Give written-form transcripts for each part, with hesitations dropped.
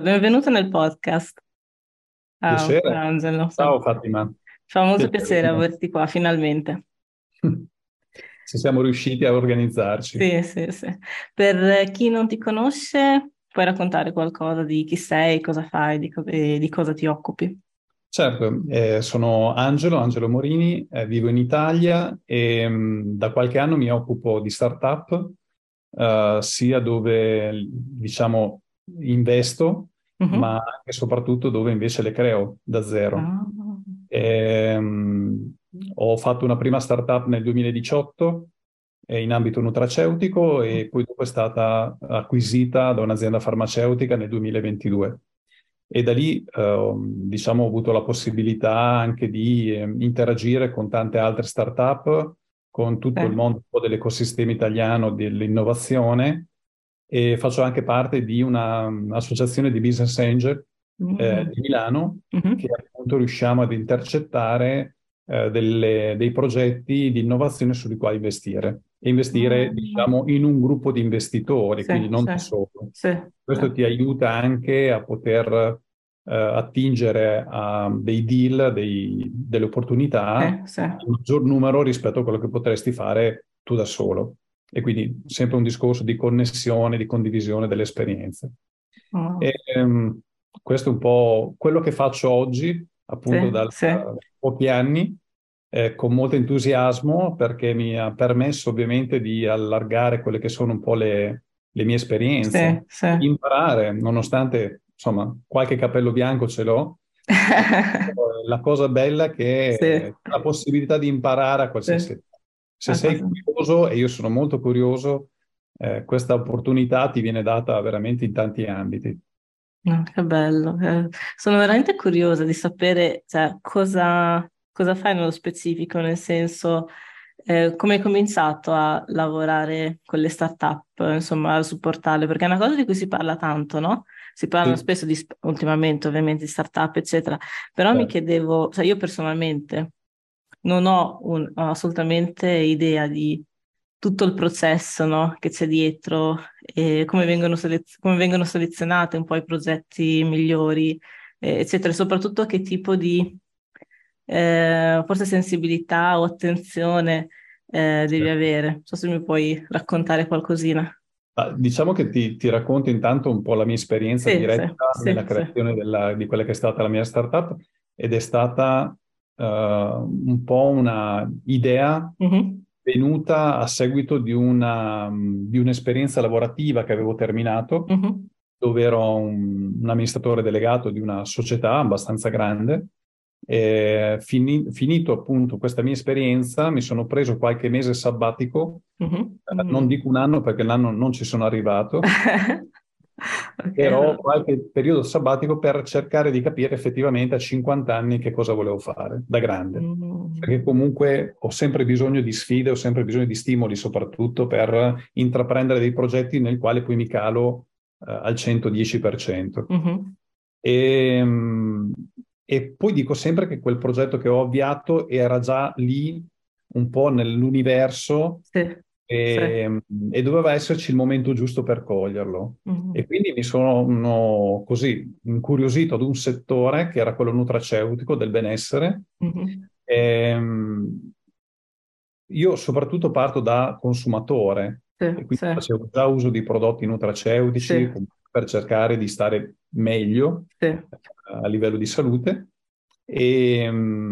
Benvenuto nel podcast. Ciao, Piacere. Angelo. Ciao Fatima. Fa molto Piacere piacere di me. averti qua, finalmente. Se siamo riusciti a organizzarci. Sì, sì, sì. Per chi non ti conosce, puoi raccontare qualcosa di chi sei, cosa fai, di cosa ti occupi? Certo, sono Angelo Morini, vivo in Italia e da qualche anno mi occupo di startup, sia dove, diciamo, investo, ma Mhm. anche e soprattutto dove invece le creo da zero. Ah, Ehm, Ho fatto una prima startup nel 2018 in ambito nutraceutico e poi dopo è stata acquisita da un'azienda farmaceutica nel 2022. E da lì, diciamo, ho avuto la possibilità anche di interagire con tante altre startup, con sì. tutto il mondo un po' dell'ecosistema italiano dell'innovazione e faccio anche parte di un'associazione di business angel Mm. di Milano che Mhm. appunto riusciamo ad intercettare dei progetti di innovazione sui quali investire. E investire, Ah, diciamo, in un gruppo di investitori, sì, quindi non sì, da solo. sì, sì. Questo ti aiuta anche a poter attingere a dei deal, delle opportunità, Sì. in maggior numero rispetto a quello che potresti fare tu da solo. E quindi sempre un discorso di connessione, di condivisione delle esperienze. Oh, E, questo è un po' quello che faccio oggi, appunto sì, da sì, pochi anni, con molto entusiasmo, perché mi ha permesso ovviamente di allargare quelle che sono un po' le mie sì, esperienze, sì. di imparare, nonostante, insomma, qualche capello bianco ce l'ho. eh, la cosa bella è Sì, che la possibilità di imparare a sì. qualsiasi età. Se Ah, sei curioso, e io sono molto curioso, questa opportunità ti viene data veramente in tanti ambiti. no, che bello. Sono veramente curiosa di sapere, cioè, cosa fai nello specifico, nel senso, come hai cominciato a lavorare con le start-up, insomma, a supportarle, perché è una cosa di cui si parla tanto, no? Si parlano Sì, spesso ultimamente, ovviamente, di start-up, eccetera, però mi certo. chiedevo, cioè, io personalmente non ho assolutamente idea di tutto il processo, no, che c'è dietro e come vengono selezionati un po' i progetti migliori, eccetera, e soprattutto che tipo di forse sensibilità o attenzione devi avere. Non so se mi puoi raccontare qualcosina. Diciamo che ti racconto intanto un po' la mia esperienza Sì, sì, diretta nella sì, sì. creazione di quella che è stata la mia startup ed è stata un po' una idea Mhm, venuta a seguito di un'esperienza lavorativa che avevo terminato, mhm. dove ero un amministratore delegato di una società abbastanza grande. E finito appunto questa mia esperienza, mi sono preso qualche mese sabbatico, Mhm, non mm. dico un anno perché l'anno non ci sono arrivato, Ok, però qualche periodo sabbatico per cercare di capire effettivamente a 50 anni che cosa volevo fare da grande. mm. Perché comunque ho sempre bisogno di sfide, ho sempre bisogno di stimoli, soprattutto per intraprendere dei progetti nel quale poi mi calo al 110%. Mhm. E, mh, e poi dico sempre che quel progetto che ho avviato era già lì un po' nell'universo Sì, sì. e doveva esserci il momento giusto per coglierlo. E Mhm. quindi mi sono così incuriosito ad un settore che era quello nutraceutico del benessere. Mhm. Ehm, io soprattutto parto da consumatore Sì, e quindi sì, facevo già uso di prodotti nutraceutici sì, per cercare di stare meglio sì. a livello di salute e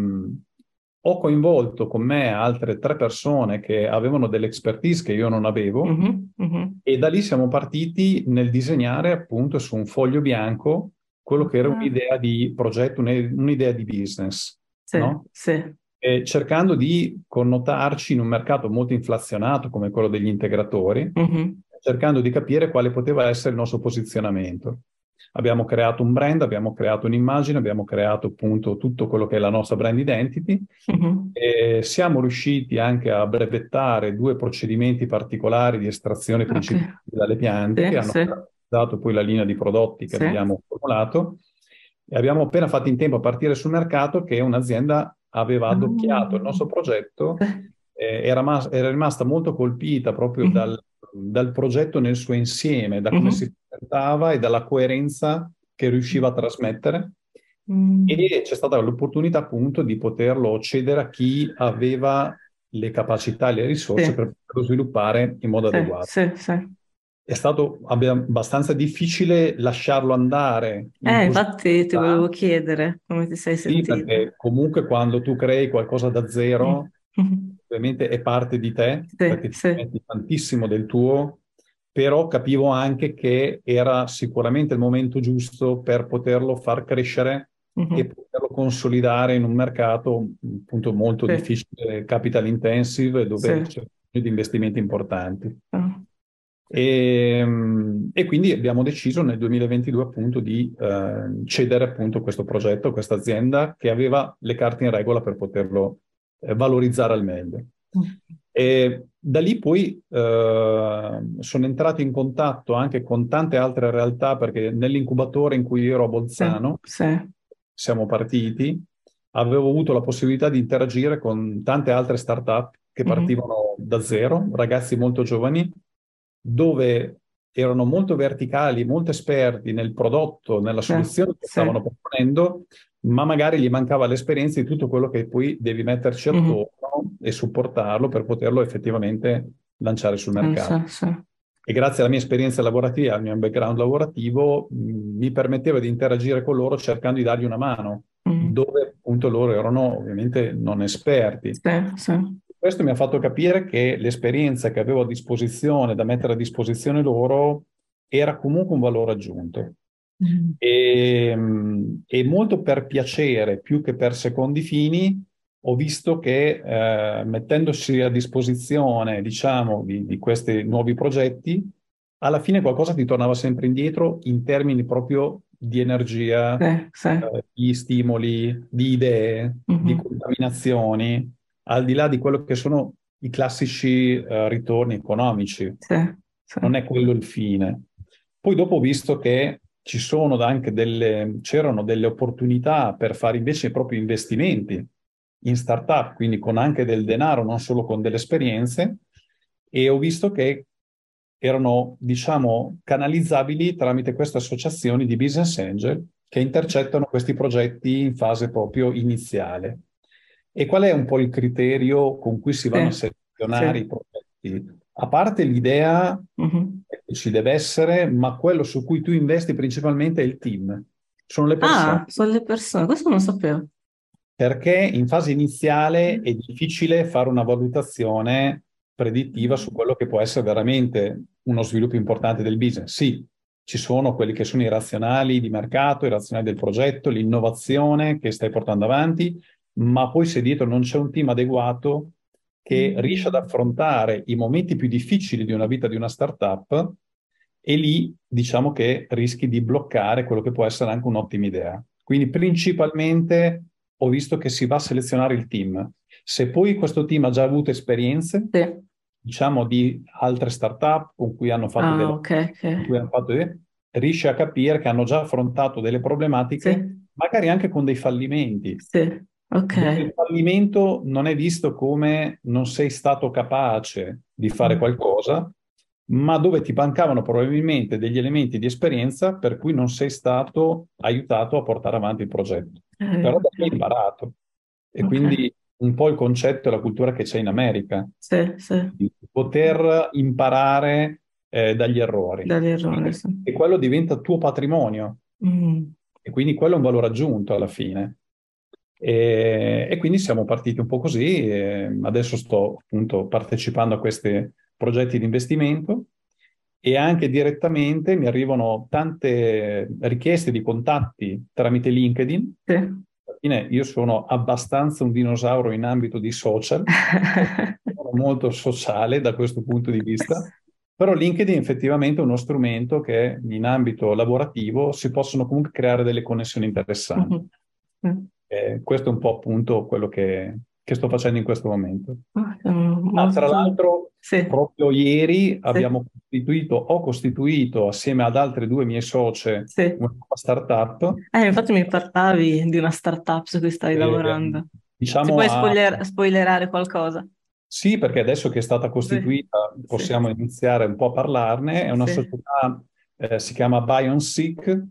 ho coinvolto con me altre tre persone che avevano dell'expertise che io non avevo Mhm, mhm. e da lì siamo partiti nel disegnare appunto su un foglio bianco quello che era Ah, un'idea di progetto, un'idea di business, sì, no? sì. Cercando di connotarci in un mercato molto inflazionato come quello degli integratori, Mhm, cercando di capire quale poteva essere il nostro posizionamento. Abbiamo creato un brand, abbiamo creato un'immagine, abbiamo creato appunto tutto quello che è la nostra brand identity mhm. e siamo riusciti anche a brevettare due procedimenti particolari di estrazione Ok, principali dalle piante che sì, hanno sì, dato poi la linea di prodotti che sì. abbiamo formulato e abbiamo appena fatto in tempo a partire sul mercato che un'azienda aveva Ah, adocchiato il nostro progetto, sì. era rimasta molto colpita proprio Mhm, dal progetto nel suo insieme, da come si mhm. presentava e dalla coerenza che riusciva a trasmettere Mm. e c'è stata l'opportunità appunto di poterlo cedere a chi aveva le capacità e le risorse Sì, per poterlo sviluppare in modo sì, adeguato. sì, sì. È stato abbastanza difficile lasciarlo andare in così Infatti ti volevo tanto. chiedere come ti sei Sì, sentito. perché comunque quando tu crei qualcosa da Mm. zero, ovviamente è parte di te, Sì, perché ci sì. metti tantissimo del tuo, però capivo anche che era sicuramente il momento giusto per poterlo far crescere e Mhm. poterlo consolidare in un mercato appunto molto Sì, difficile, capital intensive, dove sì. c'è bisogno di investimenti importanti. Ah. E quindi abbiamo deciso nel 2022 appunto di cedere appunto questo progetto, questa azienda che aveva le carte in regola per poterlo valorizzare al meglio. E da lì poi sono entrato in contatto anche con tante altre realtà perché nell'incubatore in cui io ero a Sì, Bolzano, sì. siamo partiti, avevo avuto la possibilità di interagire con tante altre start-up che Mhm. partivano da zero, ragazzi molto giovani, dove erano molto verticali, molto esperti nel prodotto, nella Sì, soluzione che sì. stavano proponendo, ma magari gli mancava l'esperienza di tutto quello che poi devi metterci Mhm. attorno e supportarlo per poterlo effettivamente lanciare sul Sì, mercato. sì, sì. E grazie alla mia esperienza lavorativa, al mio background lavorativo, mi permetteva di interagire con loro cercando di dargli una mano, Mhm. dove appunto loro erano ovviamente non esperti. Sì, sì. Questo mi ha fatto capire che l'esperienza che avevo a disposizione, da mettere a disposizione loro, era comunque un valore aggiunto. Mhm. E molto per piacere, più che per secondi fini, ho visto che mettendosi a disposizione, diciamo, di questi nuovi progetti, alla fine qualcosa ti tornava sempre indietro in termini proprio di energia, Sì, sì. di stimoli, di idee, di Mhm. contaminazioni, al di là di quello che sono i classici ritorni economici. Sì, sì. Non è quello il fine. Poi dopo ho visto che c'erano delle opportunità per fare invece proprio investimenti in startup, quindi con anche del denaro, non solo con delle esperienze, e ho visto che erano, diciamo, canalizzabili tramite queste associazioni di business angel che intercettano questi progetti in fase proprio iniziale. E qual è un po' il criterio con cui si vanno a Sì, selezionare sì. i progetti? A parte l'idea Mhm. che ci deve essere, ma quello su cui tu investi principalmente è il team, sono le persone. Ah, sono le persone, questo non lo sapevo. Perché in fase iniziale è difficile fare una valutazione predittiva su quello che può essere veramente uno sviluppo importante del business. Sì, ci sono quelli che sono i razionali di mercato, i razionali del progetto, l'innovazione che stai portando avanti, ma poi se dietro non c'è un team adeguato che riesce ad affrontare i momenti più difficili di una vita di una startup, e lì diciamo che rischi di bloccare quello che può essere anche un'ottima idea. Quindi principalmente ho visto che si va a selezionare il team. Se poi questo team ha già avuto esperienze, Sì. diciamo, di altre startup con cui hanno fatto Ah, delle, ok, ok. con cui hanno fatto riesce a capire che hanno già affrontato delle problematiche, Sì, magari anche con dei fallimenti, sì, dove il ok. fallimento non è visto come non sei stato capace di fare Mm. qualcosa, ma dove ti mancavano probabilmente degli elementi di esperienza per cui non sei stato aiutato a portare avanti il progetto. Però da lì hai Ok, imparato. E ok. quindi un po' il concetto e la cultura che c'è in America, Sì, sì. di poter imparare dagli errori. Dall'errore, sì. E quello diventa tuo patrimonio. Mm. E quindi quello è un valore aggiunto alla fine. E quindi siamo partiti un po' così. E adesso sto appunto partecipando a questi progetti di investimento e anche direttamente mi arrivano tante richieste di contatti tramite LinkedIn. Sì. Alla fine io sono abbastanza un dinosauro in ambito di social, sono molto sociale da questo punto di vista, però LinkedIn effettivamente è uno strumento che in ambito lavorativo si possono comunque creare delle connessioni interessanti. Mhm. Mm. Questo è un po' appunto quello che sto facendo in questo momento. Ah, sono Ah, tra molto... l'altro, Sì, proprio ieri sì, ho costituito assieme ad altre due mie socie sì. una nuova startup. Infatti mi parlavi di una startup su cui stai eh, lavorando. Se diciamo puoi a spoilerare qualcosa. Sì, perché adesso che è stata Sì, costituita sì, possiamo iniziare un po' a parlarne. È una sì. società si chiama BioNSeek.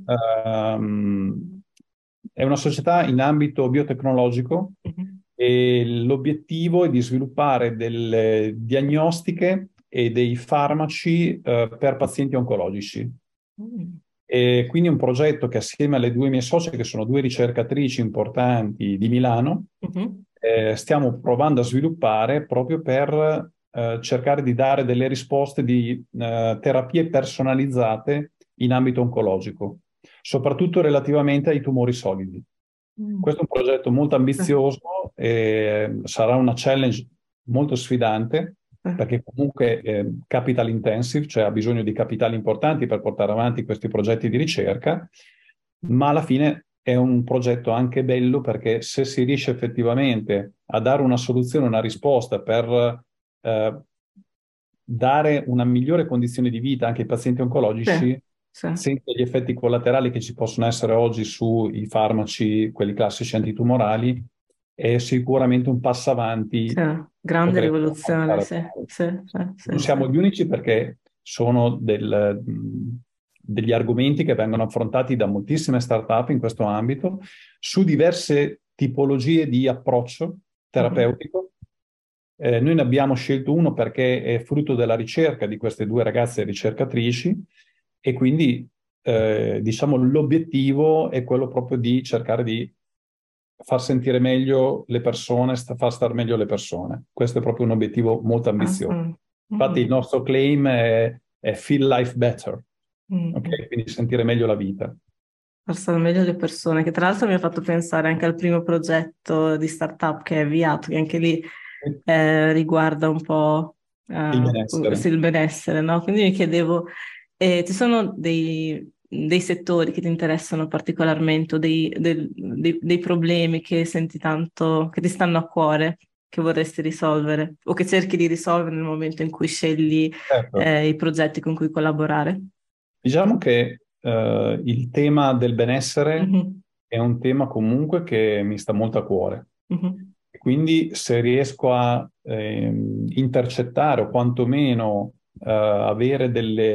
È una società in ambito biotecnologico e l'obiettivo è di sviluppare delle diagnostiche e dei farmaci per pazienti oncologici. E quindi è un progetto che assieme alle due mie socie, che sono due ricercatrici importanti di Milano, stiamo provando a sviluppare proprio per cercare di dare delle risposte di terapie personalizzate in ambito oncologico, soprattutto relativamente ai tumori solidi. Questo è un progetto molto ambizioso e sarà una challenge molto sfidante, perché comunque capital intensive, cioè ha bisogno di capitali importanti per portare avanti questi progetti di ricerca, ma alla fine è un progetto anche bello perché se si riesce effettivamente a dare una soluzione, una risposta per dare una migliore condizione di vita anche ai pazienti oncologici, senza gli effetti collaterali che ci possono essere oggi sui farmaci, quelli classici antitumorali, è sicuramente un passo avanti. Grande rivoluzione, sì. Non siamo gli unici perché sono degli argomenti che vengono affrontati da moltissime start-up in questo ambito, su diverse tipologie di approccio terapeutico. Noi ne abbiamo scelto uno perché è frutto della ricerca di queste due ragazze ricercatrici e quindi diciamo l'obiettivo è quello proprio di cercare di far sentire meglio le persone, far star meglio le persone. Questo è proprio un obiettivo molto ambizioso. Infatti il nostro claim è Feel Life Better, okay? Quindi sentire meglio la vita. Far stare meglio le persone, che tra l'altro mi ha fatto pensare anche al primo progetto di startup che è avviato, che anche lì riguarda un po' il benessere, no? Quindi mi chiedevo, ci sono dei settori che ti interessano particolarmente, o dei problemi che senti tanto, che ti stanno a cuore, che vorresti risolvere, o che cerchi di risolvere nel momento in cui scegli i progetti con cui collaborare? Diciamo che il tema del benessere è un tema comunque che mi sta molto a cuore. Quindi se riesco a intercettare o quantomeno avere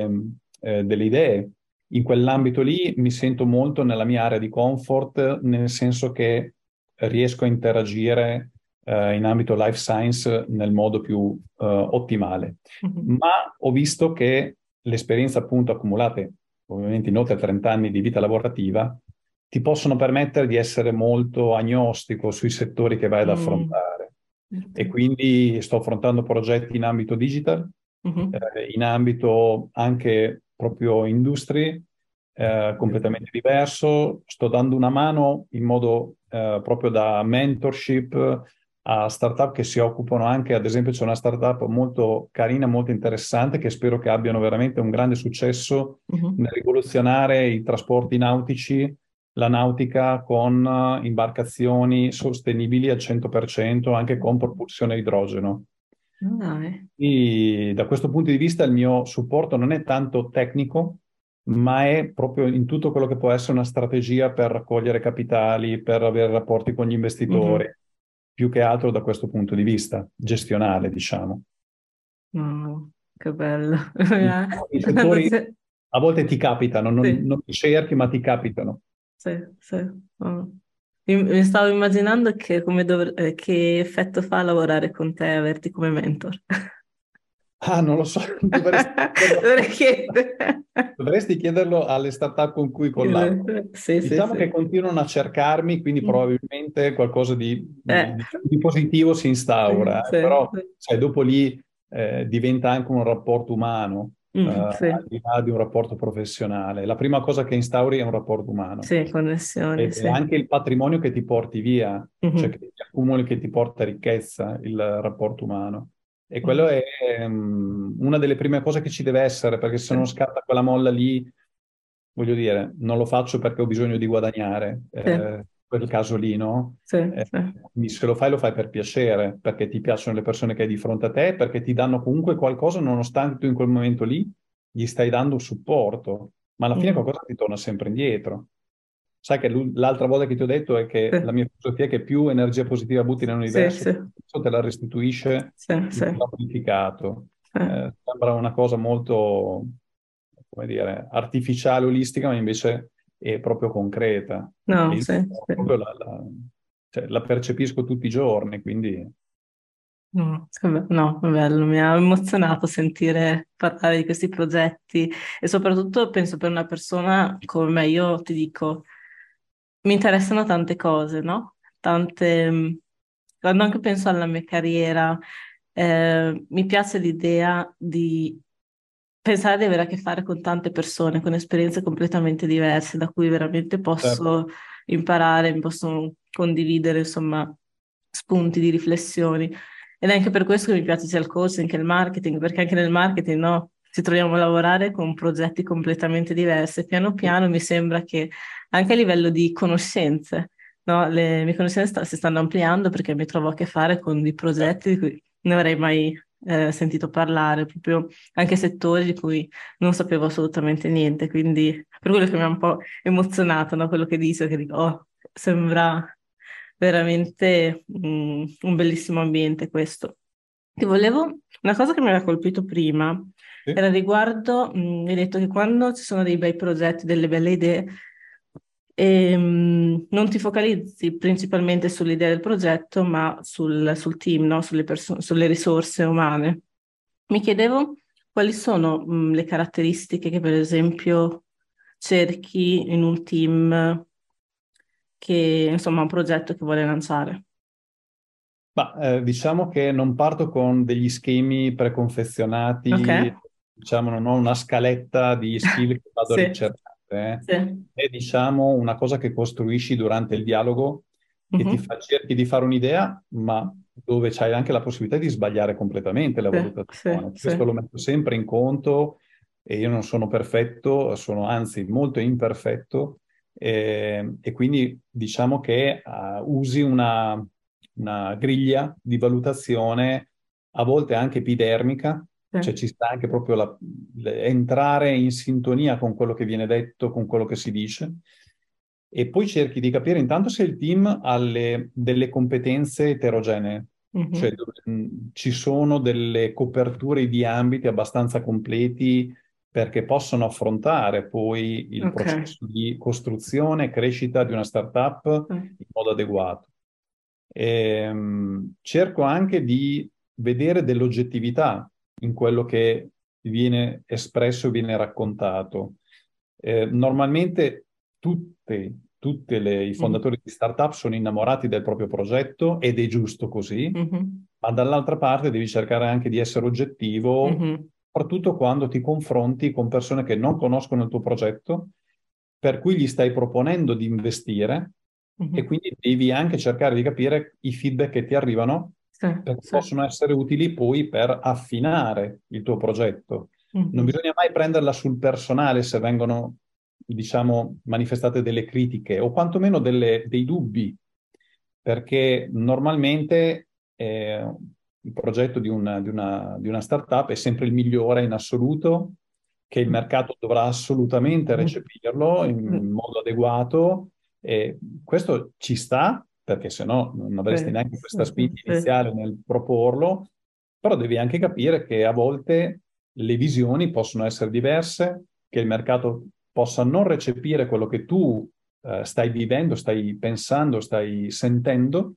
delle idee in quell'ambito lì, mi sento molto nella mia area di comfort, nel senso che riesco a interagire in ambito life science nel modo più ottimale. Ma ho visto che l'esperienza appunto accumulate ovviamente in oltre 30 anni di vita lavorativa ti possono permettere di essere molto agnostico sui settori che vai ad affrontare. E quindi sto affrontando progetti in ambito digital, in ambito anche proprio industrie, completamente diverso. Sto dando una mano in modo proprio da mentorship a startup che si occupano anche, ad esempio c'è una startup molto carina, molto interessante, che spero che abbiano veramente un grande successo nel rivoluzionare i trasporti nautici, la nautica con imbarcazioni sostenibili al 100%, anche con propulsione a idrogeno. E da questo punto di vista il mio supporto non è tanto tecnico, ma è proprio in tutto quello che può essere una strategia per raccogliere capitali, per avere rapporti con gli investitori, più che altro da questo punto di vista, gestionale, diciamo. Che bello. I settori a volte ti capitano, non ti cerchi, ma ti capitano. Mi stavo immaginando che che effetto fa lavorare con te e averti come mentor. Ah, non lo so, dovresti chiederlo alle startup con cui collaboro. Diciamo che continuano a cercarmi, quindi probabilmente qualcosa di positivo si instaura, però sai, dopo lì diventa anche un rapporto umano, al di là di un rapporto professionale. La prima cosa che instauri è un rapporto umano. Connessione. E anche il patrimonio che ti porti via, cioè che ti accumuli, che ti porta ricchezza, il rapporto umano. E quello è una delle prime cose che ci deve essere, perché se non scatta quella molla lì, voglio dire, non lo faccio perché ho bisogno di guadagnare, quel caso lì, no? Quindi se lo fai per piacere, perché ti piacciono le persone che hai di fronte a te, perché ti danno comunque qualcosa, nonostante tu in quel momento lì gli stai dando un supporto, ma alla fine qualcosa ti torna sempre indietro. Sai che l'altra volta che ti ho detto è che la mia filosofia è che più energia positiva butti nell'universo, te la restituisce in modo amplificato. Sembra una cosa molto, come dire, artificiale, olistica, ma invece è proprio concreta. E No, io sì, sì. proprio cioè, la percepisco tutti i giorni, quindi... No, no, è bello, mi ha emozionato sentire parlare di questi progetti e soprattutto penso per una persona come me, io ti dico, mi interessano tante cose, no? Tante, quando anche penso alla mia carriera, mi piace l'idea di pensare di avere a che fare con tante persone, con esperienze completamente diverse, da cui veramente Certo, posso imparare, mi posso condividere, insomma, spunti di riflessioni. Ed è anche per questo che mi piace sia il coaching che il marketing, perché anche nel marketing, no, ci troviamo a lavorare con progetti completamente diversi. E piano piano mi sembra che anche a livello di conoscenze, no, le mie conoscenze si stanno ampliando perché mi trovo a che fare con dei progetti di cui non avrei mai sentito parlare, proprio anche settori di cui non sapevo assolutamente niente. Quindi per quello che mi ha un po' emozionato, no, quello che dice, che dico, oh, sembra veramente un bellissimo ambiente questo. Ti volevo, una cosa che mi aveva colpito prima sì. era riguardo, hai detto che quando ci sono dei bei progetti, delle belle idee, non ti focalizzi principalmente sull'idea del progetto, ma sul team, no? Sulle risorse umane. Mi chiedevo quali sono, le caratteristiche che, per esempio, cerchi in un team che, insomma, ha un progetto che vuole lanciare. Ma diciamo che non parto con degli schemi Ok? preconfezionati, diciamo non ho una scaletta di skill che vado a Sì, ricercare, sì. è diciamo una cosa che costruisci durante il dialogo, che ti Mhm. fa, cerchi di fare un'idea, ma dove c'hai anche la possibilità di sbagliare completamente la Sì, sì, valutazione. sì. Questo lo metto sempre in conto e io non sono perfetto, sono anzi molto imperfetto e quindi diciamo che usi una griglia di valutazione a volte anche epidermica, Sì. cioè ci sta anche proprio entrare in sintonia con quello che viene detto, con quello che si dice. E poi cerchi di capire intanto se il team ha delle competenze eterogenee, cioè Mhm. dove, ci sono delle coperture di ambiti abbastanza completi perché possono affrontare poi il Ok. processo di costruzione e crescita di una startup Sì. in modo adeguato. Cerco anche di vedere dell'oggettività in quello che viene espresso, viene raccontato. Normalmente i Mm. fondatori di startup sono innamorati del proprio progetto ed è giusto così, Mhm. ma dall'altra parte devi cercare anche di essere oggettivo, Mhm. soprattutto quando ti confronti con persone che non conoscono il tuo progetto, per cui gli stai proponendo di investire e Mhm. quindi devi anche cercare di capire i feedback che ti arrivano Sì, perché sì. possono essere utili poi per affinare il tuo progetto. Non Mhm. bisogna mai prenderla sul personale se vengono, diciamo, manifestate delle critiche o quantomeno dei dubbi, perché normalmente il progetto di una startup è sempre il migliore in assoluto, che il mercato dovrà assolutamente Mhm. recepirlo in Mhm. modo adeguato. E questo ci sta, perché se no non Sì, avresti neanche sì, questa spinta sì. iniziale nel proporlo, però devi anche capire che a volte le visioni possono essere diverse, che il mercato possa non recepire quello che tu stai vivendo, stai pensando, stai sentendo,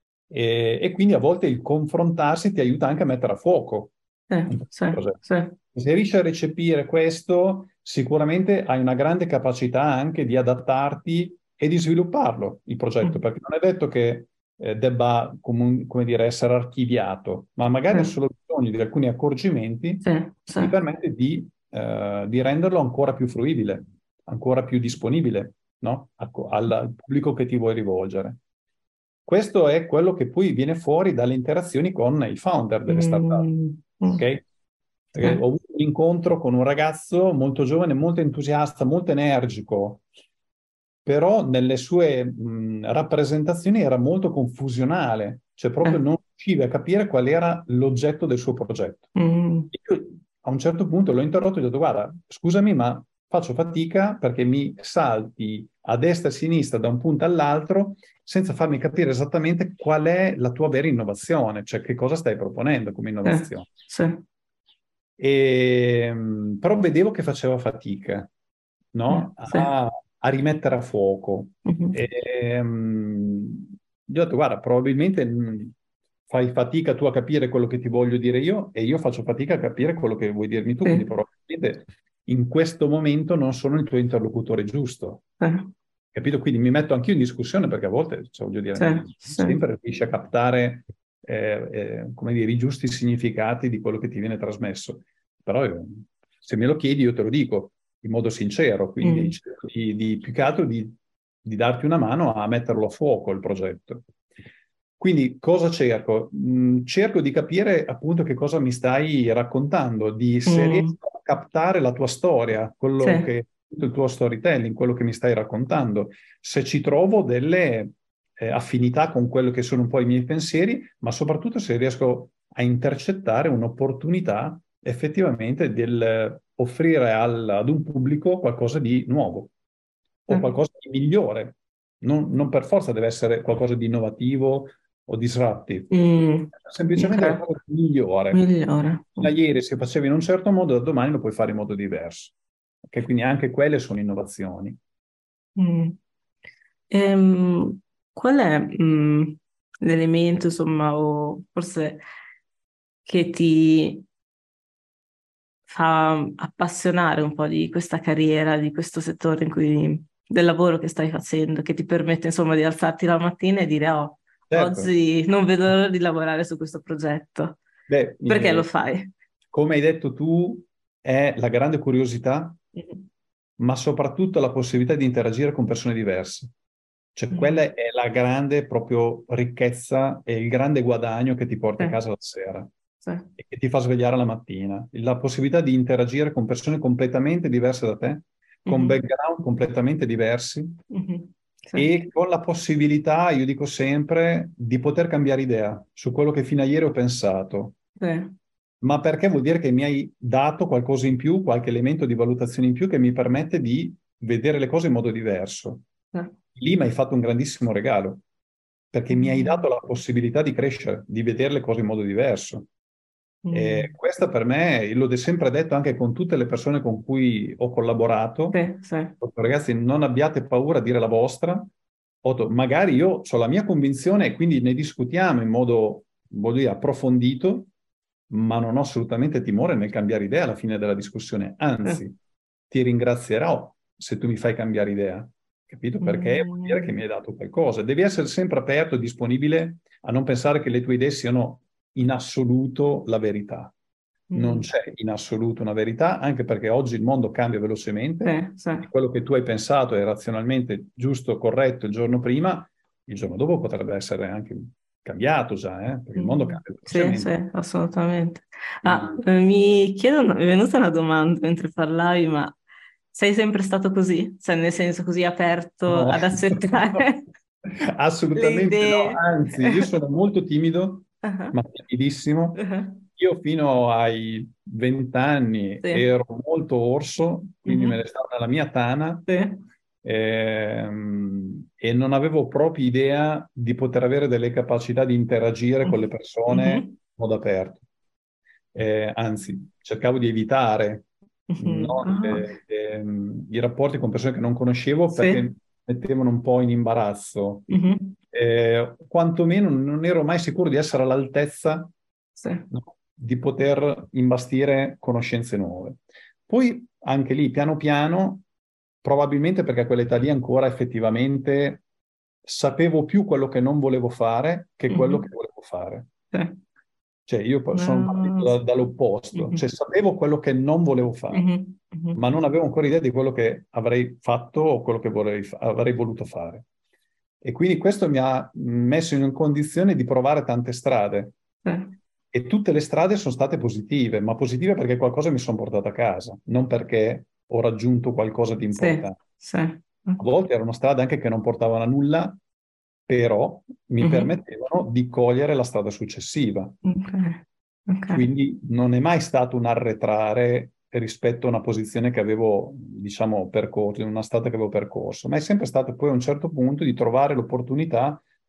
e quindi a volte il confrontarsi ti aiuta anche a mettere a fuoco Sì, un sì, progetto. sì. Se riesci a recepire questo, sicuramente hai una grande capacità anche di adattarti e di svilupparlo, il progetto, Mm. perché non è detto che debba, come dire, essere archiviato, ma magari ha Sì, solo bisogno di alcuni accorgimenti sì, che sì. ti permette di renderlo ancora più fruibile, ancora più disponibile, no? Al pubblico che ti vuoi rivolgere. Questo è quello che poi viene fuori dalle interazioni con i founder delle startup, Mm, mm. ok? Sì, Perché ho avuto un incontro con un ragazzo molto giovane, molto entusiasta, molto energico, però nelle sue rappresentazioni era molto confusionale, cioè proprio eh. non riusciva a capire qual era l'oggetto del suo progetto. Mm. Io a un certo punto l'ho interrotto e ho detto, guarda, scusami, ma faccio fatica perché mi salti a destra e a sinistra da un punto all'altro senza farmi capire esattamente qual è la tua vera innovazione, cioè che cosa stai proponendo come Sì, innovazione. sì. Però vedevo che faceva fatica, no? Sì. A rimettere a fuoco. Mhm. Gli ho detto, guarda, probabilmente fai fatica tu a capire quello che ti voglio dire io e io faccio fatica a capire quello che vuoi dirmi tu, quindi Sì. probabilmente in questo momento non sono il tuo interlocutore giusto. Sì. Capito? Quindi mi metto anch'io in discussione perché a volte, cioè, voglio dire, Sì. non Sì. sempre riesci a captare, come dire, i giusti significati di quello che ti viene trasmesso. Però se me lo chiedi io te lo dico in modo sincero, quindi Mm. cerco più che altro di darti una mano a metterlo a fuoco il progetto. Quindi cosa cerco? Cerco di capire appunto che cosa mi stai raccontando, di se Mm. riesco a captare la tua storia, quello Sì. che il tuo storytelling, quello che mi stai raccontando, se ci trovo delle affinità con quello che sono un po' i miei pensieri, ma soprattutto se riesco a intercettare un'opportunità effettivamente del offrire ad un pubblico qualcosa di nuovo o Sì. qualcosa di migliore. Non per forza deve essere qualcosa di innovativo o disruptive, Mm. semplicemente Ok. qualcosa di migliore. Migliore. Da ieri si faceva in un certo modo, da domani lo puoi fare in modo diverso. Ok, quindi anche quelle sono innovazioni. Mm. Ehm, Qual è l'elemento, insomma, o forse che ti fa appassionare un po' di questa carriera, di questo settore in cui, del lavoro che stai facendo, che ti permette, insomma, di alzarti la mattina e dire, oh, Certo, oggi non vedo l'ora di lavorare su questo progetto. beh, Perché lo fai? come hai detto tu, è la grande curiosità, Mhm. ma soprattutto la possibilità di interagire con persone diverse. Cioè, quella Mm. è la grande proprio ricchezza e il grande guadagno che ti porti Sì, a casa la sera sì. e che ti fa svegliare la mattina. La possibilità di interagire con persone completamente diverse da te, con Mhm. background completamente diversi Mhm. Sì, e con la possibilità, io dico sempre, di poter cambiare idea su quello che fino a ieri ho pensato, sì, ma perché vuol dire che mi hai dato qualcosa in più, qualche elemento di valutazione in più che mi permette di vedere le cose in modo diverso. sì. Lì mi hai fatto un grandissimo regalo, perché mi hai Mm. dato la possibilità di crescere, di vedere le cose in modo diverso. E Mm. questa per me, io l'ho sempre detto anche con tutte le persone con cui ho collaborato, Sì, sì. ho detto, ragazzi, non abbiate paura a dire la vostra. Magari io ho la mia convinzione e quindi ne discutiamo in modo, voglio dire, approfondito, ma non ho assolutamente timore nel cambiare idea alla fine della discussione. Sì. Anzi, ti ringrazierò se tu mi fai cambiare idea, capito? Perché vuol dire che Mm. mi hai dato qualcosa. Devi essere sempre aperto e disponibile a non pensare che le tue idee siano in assoluto la verità. Non Mm. c'è in assoluto una verità, anche perché oggi il mondo cambia velocemente Sì, sì. e quello che tu hai pensato è razionalmente giusto, corretto il giorno prima, il giorno dopo potrebbe essere anche cambiato già, perché il mondo Mm. cambia Sì, velocemente. sì, assolutamente. Ah, Quindi, mi chiedono, mi è venuta una domanda mentre parlavi, ma sei sempre stato così? Cioè, nel senso così aperto no, ad accettare le assolutamente no, idee? anzi, io sono molto timido, Ah, ma timidissimo. ah, Io fino ai 20 anni sì. ero molto orso, quindi me ne Mhm. stavo nella mia tana Sì. e non avevo proprio idea di poter avere delle capacità di interagire con le persone in Mhm. modo aperto. Anzi, cercavo di evitare Mhm. no, Ah, i rapporti con persone che non conoscevo perché sì. mi mettevano un po' in imbarazzo. Mhm. Quantomeno non ero mai sicuro di essere all'altezza, Sì. no, di poter imbastire conoscenze nuove. Poi anche lì, piano piano, probabilmente perché a quell'età lì ancora effettivamente sapevo più quello che non volevo fare che quello che Mhm. volevo fare. Sì. Cioè, io sono partito Ah, dall'opposto, cioè mhm. sapevo quello che non volevo fare, Mhm. Mhm. ma non avevo ancora idea di quello che avrei fatto o quello che avrei voluto fare. E quindi questo mi ha messo in condizione di provare tante strade. Sì. E tutte le strade sono state positive, ma positive perché qualcosa mi sono portato a casa, non perché ho raggiunto qualcosa di Sì. importante. Sì. A volte erano strade anche che non portavano a nulla, però mi Mhm. permettevano di cogliere la strada successiva. Ok. Ok. Quindi non è mai stato un arretrare rispetto a una posizione che avevo, diciamo, percorso, in una strada che avevo percorso, ma è sempre stato poi a un certo punto di trovare l'opportunità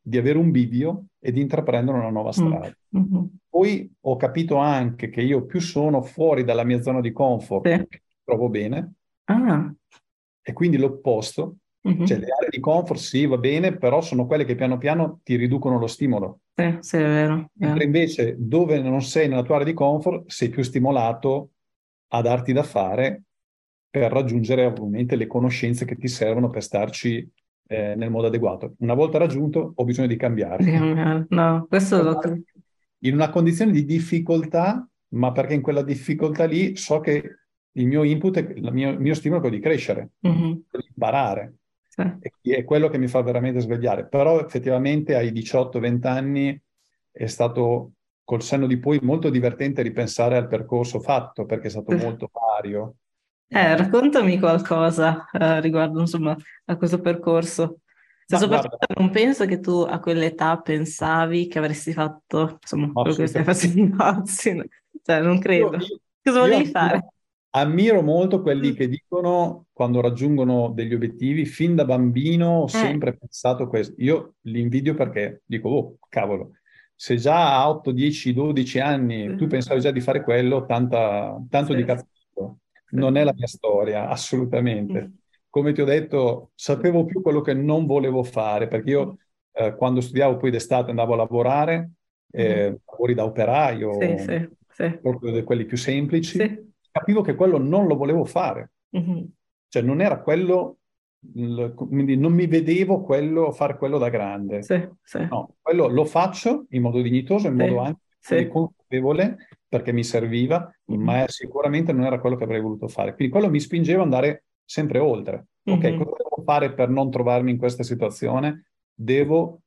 di avere un bivio e di intraprendere una nuova strada. Poi ho capito anche che io più sono fuori dalla mia zona di comfort, Sì. più mi trovo bene, Ah. e quindi l'opposto, cioè le aree di comfort sì, va bene, però sono quelle che piano piano ti riducono lo stimolo. Sì, sì, è vero. Mentre invece dove non sei nella tua area di comfort, sei più stimolato a darti da fare per raggiungere ovviamente le conoscenze che ti servono per starci nel modo adeguato. Una volta raggiunto, ho bisogno di cambiare. No, questo lo... In una condizione di difficoltà, ma perché in quella difficoltà lì so che il mio input, il mio stimolo è quello di crescere, Mhm. di imparare. Sì. E è quello che mi fa veramente svegliare. Però effettivamente ai 18-20 anni è stato, col senno di poi, molto divertente ripensare al percorso fatto, perché è stato Sì. molto vario. Eh, Raccontami qualcosa riguardo, insomma, a questo percorso. Se ma soprattutto guarda, non penso che tu a quell'età pensavi che avresti fatto, insomma, quello che stai assolutamente. facendo oggi. Cioè, non Io, credo. io- Cosa io volevi fare? ammiro molto quelli che dicono, quando raggiungono degli obiettivi, fin da bambino ho Eh, sempre pensato questo. Io li invidio perché dico, oh, cavolo, se già a 8, 10, 12 anni tu pensavi già di fare quello, tanto di sì, cappello. sì. Non è la mia storia, assolutamente. Mm. Come ti ho detto, sapevo più quello che non volevo fare, perché io quando studiavo poi d'estate andavo a lavorare, Mhm. lavori da Sì, operaio, sì, sì, proprio di quelli più semplici, sì. capivo che quello non lo volevo fare. Mhm. Cioè non era quello, quindi non mi vedevo fare quello da grande. Sì, sì, No, quello lo faccio in modo dignitoso, in modo sì, anche sì. consapevole, perché mi serviva, Mhm. ma sicuramente non era quello che avrei voluto fare. Quindi quello mi spingeva ad andare sempre oltre. Ok, cosa Mhm. devo fare per non trovarmi in questa situazione? Devo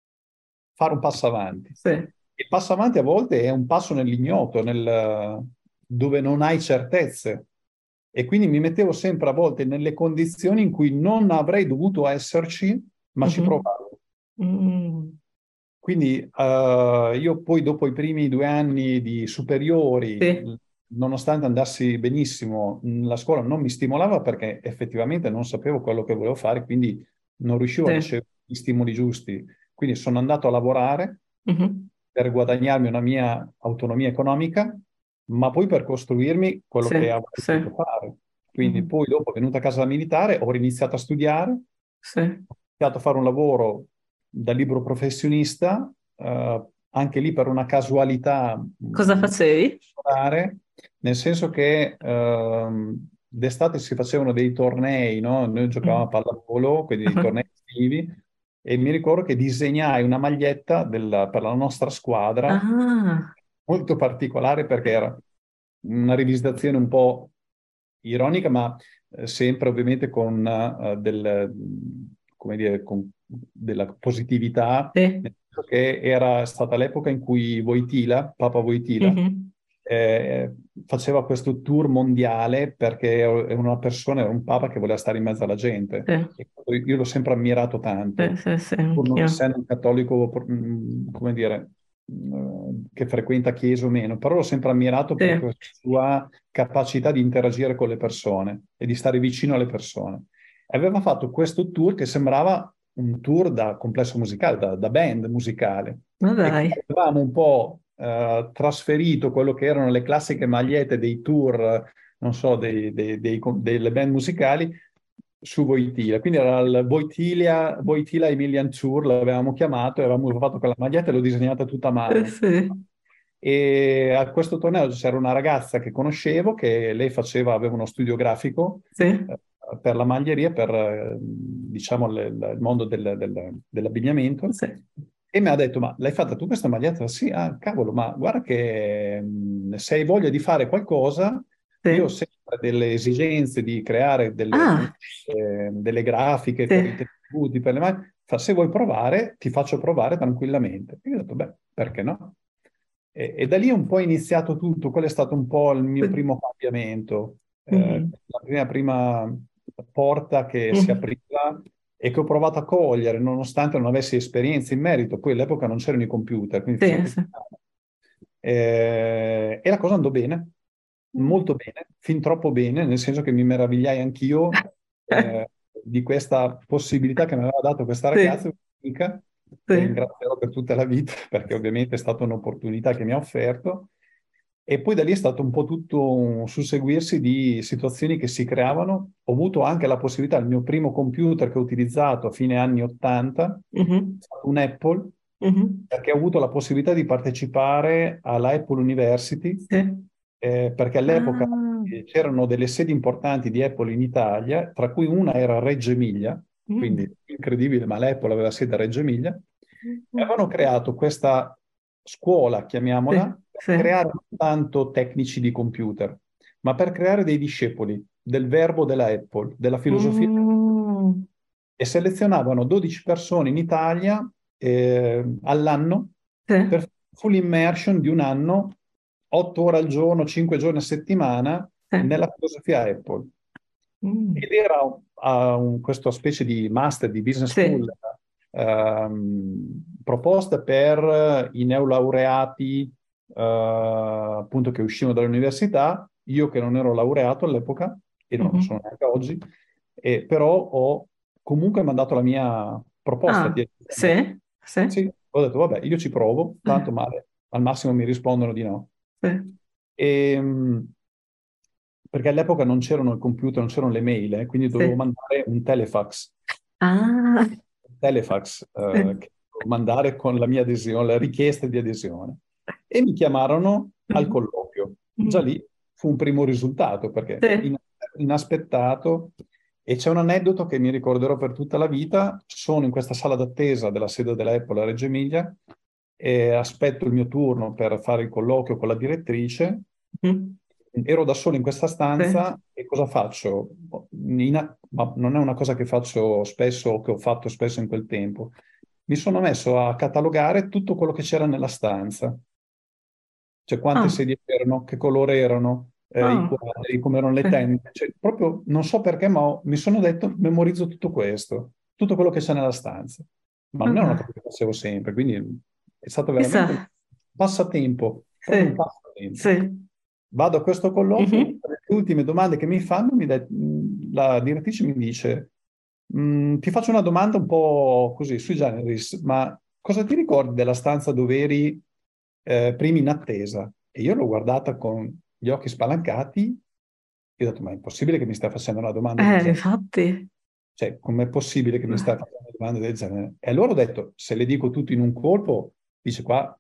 fare un passo avanti. Sì. Il passo avanti a volte è un passo nell'ignoto, dove non hai certezze. E quindi mi mettevo sempre a volte nelle condizioni in cui non avrei dovuto esserci, ma ci Mhm. provavo. Mm. Quindi io poi dopo i primi 2 anni di superiori, Sì, nonostante andassi benissimo, la scuola non mi stimolava perché effettivamente non sapevo quello che volevo fare, quindi non riuscivo a sì. ricevere gli stimoli giusti. Quindi sono andato a lavorare Mhm. per guadagnarmi una mia autonomia economica, ma poi per costruirmi quello che Sì, avrei sì. potuto fare. Quindi Mhm. poi dopo, venuta a casa da militare, ho riniziato a studiare, ho Sì. iniziato a fare un lavoro da libero professionista, anche lì per una casualità Cosa facevi? particolare, nel senso che d'estate si facevano dei tornei, no? Noi giocavamo a Mm. pallavolo, quindi dei tornei estivi, e mi ricordo che disegnai una maglietta per la nostra squadra, Ah, molto particolare perché era una rivisitazione un po' ironica, ma sempre ovviamente con come dire, con della positività, sì. nel senso che era stata l'epoca in cui Wojtyla, Papa Wojtyla, Mhm. eh, faceva questo tour mondiale perché è una persona, era un papa che voleva stare in mezzo alla gente. Sì, E io l'ho sempre ammirato sì, tanto, sì, sì, pur non anch'io. essendo un cattolico, come dire, che frequenta chiese o meno, però l'ho sempre ammirato per Sì, questa sua capacità di interagire con le persone e di stare vicino alle persone. E aveva fatto questo tour che sembrava un tour da complesso musicale, da band musicale. ma E quindi dai. avevamo un po' trasferito quello che erano le classiche magliette dei tour, non so, delle band musicali su Voitila. Quindi era il Voitila Emilian Tour, l'avevamo chiamato, e avevamo fatto quella maglietta e l'ho disegnata tutta a mano. Sì, E a questo torneo c'era una ragazza che conoscevo, che lei aveva uno studio grafico sì, eh, per la maglieria, per diciamo il mondo dell'abbigliamento. sì, E mi ha detto, ma l'hai fatta tu questa maglietta? Sì, ah, cavolo, ma guarda che se hai voglia di fare qualcosa, io ho sì. sempre delle esigenze di creare Ah, delle grafiche per i sì. tessuti, per le mani. Se vuoi provare, ti faccio provare tranquillamente. E io ho detto, beh, perché no? E da lì è un po' iniziato tutto, quello è stato un po' il mio Sì. primo cambiamento, Mhm. la prima porta che si Mhm. apriva e che ho provato a cogliere, nonostante non avessi esperienza in merito. Poi all'epoca non c'erano i computer, quindi facevo Sì, tutto. sì. E la cosa andò bene, molto bene, fin troppo bene, nel senso che mi meravigliai anch'io di questa possibilità che mi aveva dato questa ragazza, Sì. un'amica, che sì. ringrazierò per tutta la vita, perché ovviamente è stata un'opportunità che mi ha offerto. E poi da lì è stato un po' tutto un susseguirsi di situazioni che si creavano. Ho avuto anche la possibilità, il mio primo computer che ho utilizzato a fine anni 80, Mhm, è stato un Apple, mhm. perché ho avuto la possibilità di partecipare alla Apple University, Sì. perché all'epoca Ah, c'erano delle sedi importanti di Apple in Italia, tra cui una era a Reggio Emilia, quindi mm, incredibile, ma l'Apple aveva sede a Reggio Emilia, e mm. avevano creato questa scuola, Sì, chiamiamola, per sì. creare non tanto tecnici di computer, ma per creare dei discepoli del verbo della Apple, della filosofia, Mm, e selezionavano 12 persone in Italia all'anno sì, per full immersion di un anno, 8 ore al giorno, 5 giorni a settimana, sì. nella filosofia Apple. Mm, Ed era questa specie di master di business sì. school proposta per i neolaureati appunto che uscivano dall'università, io che non ero laureato all'epoca e non lo sono Mhm. neanche oggi, però ho comunque mandato la mia proposta Ah, di adesione. sì, sì, Sì, ho detto vabbè, io ci provo, sì, tanto male, al massimo mi rispondono di no. sì. E, perché all'epoca non c'erano i computer, non c'erano le mail, quindi dovevo Sì. mandare un telefax. Ah, Telefax sì. che dovevo mandare con la mia adesione, la richiesta di adesione. E mi chiamarono al Mhm. colloquio. Già Mm, lì fu un primo risultato, perché sì. inaspettato. E c'è un aneddoto che mi ricorderò per tutta la vita. Sono in questa sala d'attesa della sede dell'Apple a Reggio Emilia e aspetto il mio turno per fare il colloquio con la direttrice. Mhm. Ero da solo in questa Sì. stanza e cosa faccio? Ma non è una cosa che faccio spesso o che ho fatto spesso in quel tempo. Mi sono messo a catalogare tutto quello che c'era nella stanza, cioè quante Ah, sedie c'erano, che colore erano, i ah, quadri, come erano le sì. tende. Cioè, proprio non so perché, ma mi sono detto, memorizzo tutto questo, tutto quello che c'è nella stanza. Ma non è una Ah, cosa che facevo sempre, quindi è stato veramente un chissà. passatempo, proprio un Sì, passatempo. sì. Vado a questo colloquio, Mhm. le ultime domande che mi fanno, la direttrice mi dice, ti faccio una domanda un po' così, sui generis, ma cosa ti ricordi della stanza dove eri prima in attesa? E io l'ho guardata con gli occhi spalancati e ho detto, ma è impossibile che mi stai facendo una domanda del genere? Infatti. Cioè, com'è possibile che mi stai facendo una domanda del genere? E allora ho detto, se le dico tutto in un colpo, dice qua,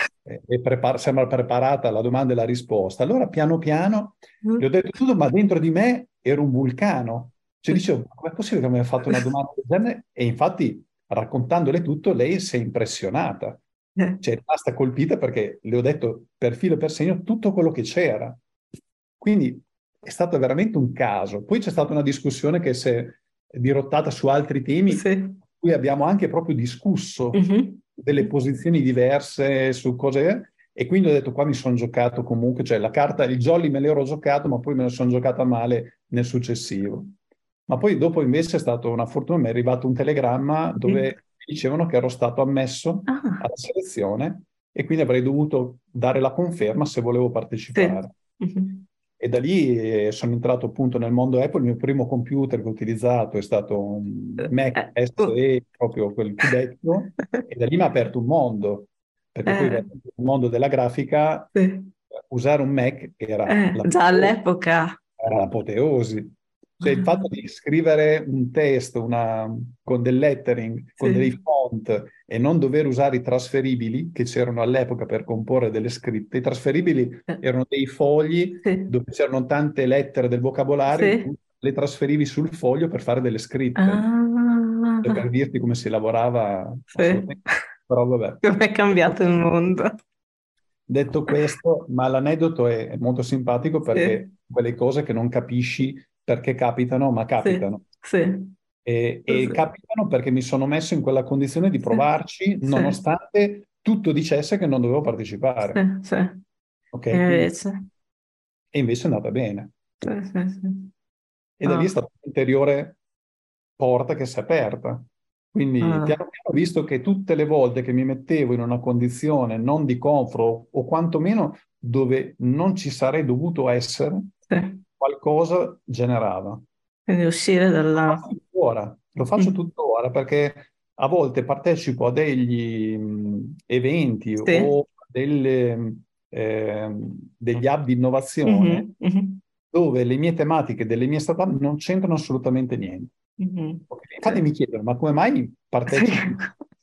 sembra preparata la domanda e la risposta. Allora, piano piano, le ho detto tutto, ma dentro di me era un vulcano. Cioè, dicevo, ma com'è possibile che mi abbia fatto una domanda del genere? E infatti, raccontandole tutto, lei si è impressionata. Cioè, è rimasta colpita perché le ho detto per filo e per segno tutto quello che c'era. Quindi è stato veramente un caso. Poi c'è stata una discussione che si è dirottata su altri temi, Sì. cui abbiamo anche proprio discusso Mhm. delle posizioni diverse su cose, e quindi ho detto qua mi sono giocato comunque, cioè la carta, il jolly me l'ero giocato, ma poi me la sono giocata male nel successivo. Ma poi dopo invece è stata una fortuna, mi è arrivato un telegramma dove Mhm. mi dicevano che ero stato ammesso Ah, alla selezione e quindi avrei dovuto dare la conferma se volevo sì. partecipare. Mhm. E da lì sono entrato appunto nel mondo Apple. Il mio primo computer che ho utilizzato è stato un Mac Oh. SE, proprio quel cubetto, e da lì mi ha aperto un mondo, perché poi Eh, veramente nel mondo della grafica sì. usare un Mac Già all'epoca. era l'apoteosi. Cioè il fatto di scrivere un testo con del lettering, con dei Sì. font e non dover usare i trasferibili che c'erano all'epoca per comporre delle scritte. I trasferibili Eh, erano dei fogli sì. dove c'erano tante lettere del vocabolario, Sì. tu le trasferivi sul foglio per fare delle scritte. E per Ah, dirti come si lavorava sì. assolutamente. Però vabbè. Come è cambiato il mondo. Detto questo, ma l'aneddoto è molto simpatico Sì. perché quelle cose che non capisci perché capitano, ma Sì. capitano. Sì. E Sì. capitano perché mi sono messo in quella condizione di Sì. provarci, Sì. nonostante tutto dicesse che non dovevo Sì. partecipare. Sì. Ok? E Quindi, invece. e invece è andata bene. Sì, sì, sì. E da lì è Ah, stata un'ulteriore porta che si è aperta. Quindi ah, piano piano, visto che tutte le volte che mi mettevo in una condizione non di comfort o quantomeno dove non ci sarei dovuto essere, sì. qualcosa generava. Quindi uscire Lo dalla... faccio tuttora, lo faccio Mm. tuttora perché a volte partecipo a degli eventi Sì. o degli hub di innovazione Mhm, mhm, dove le mie tematiche delle mie startup non c'entrano assolutamente niente. mhm. Ok, Sì. infatti mi chiedono, ma come mai Sì. partecipi?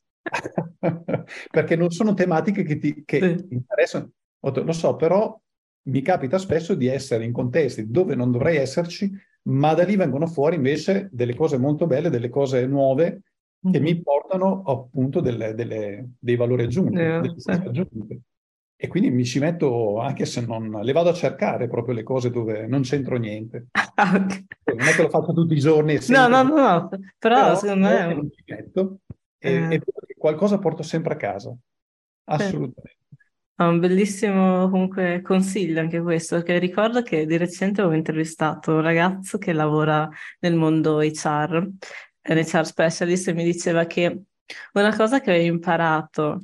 Perché non sono tematiche che Sì. interessano. Lo so, però mi capita spesso di essere in contesti dove non dovrei esserci, ma da lì vengono fuori invece delle cose molto belle, delle cose nuove che mi Mhm. portano appunto dei valori aggiunti, delle Sì. cose aggiunte. E quindi mi ci metto, anche se non... Le vado a cercare proprio le cose dove non c'entro niente. Ah, ok. Non è che lo faccio tutti i giorni e No, sempre, no, no, no, però però secondo so che me non ci metto e eh, vedo che qualcosa porto sempre a casa. sì. Assolutamente. È un bellissimo comunque consiglio anche questo, perché ricordo che di recente avevo intervistato un ragazzo che lavora nel mondo HR, è un HR specialist, e mi diceva che una cosa che aveva imparato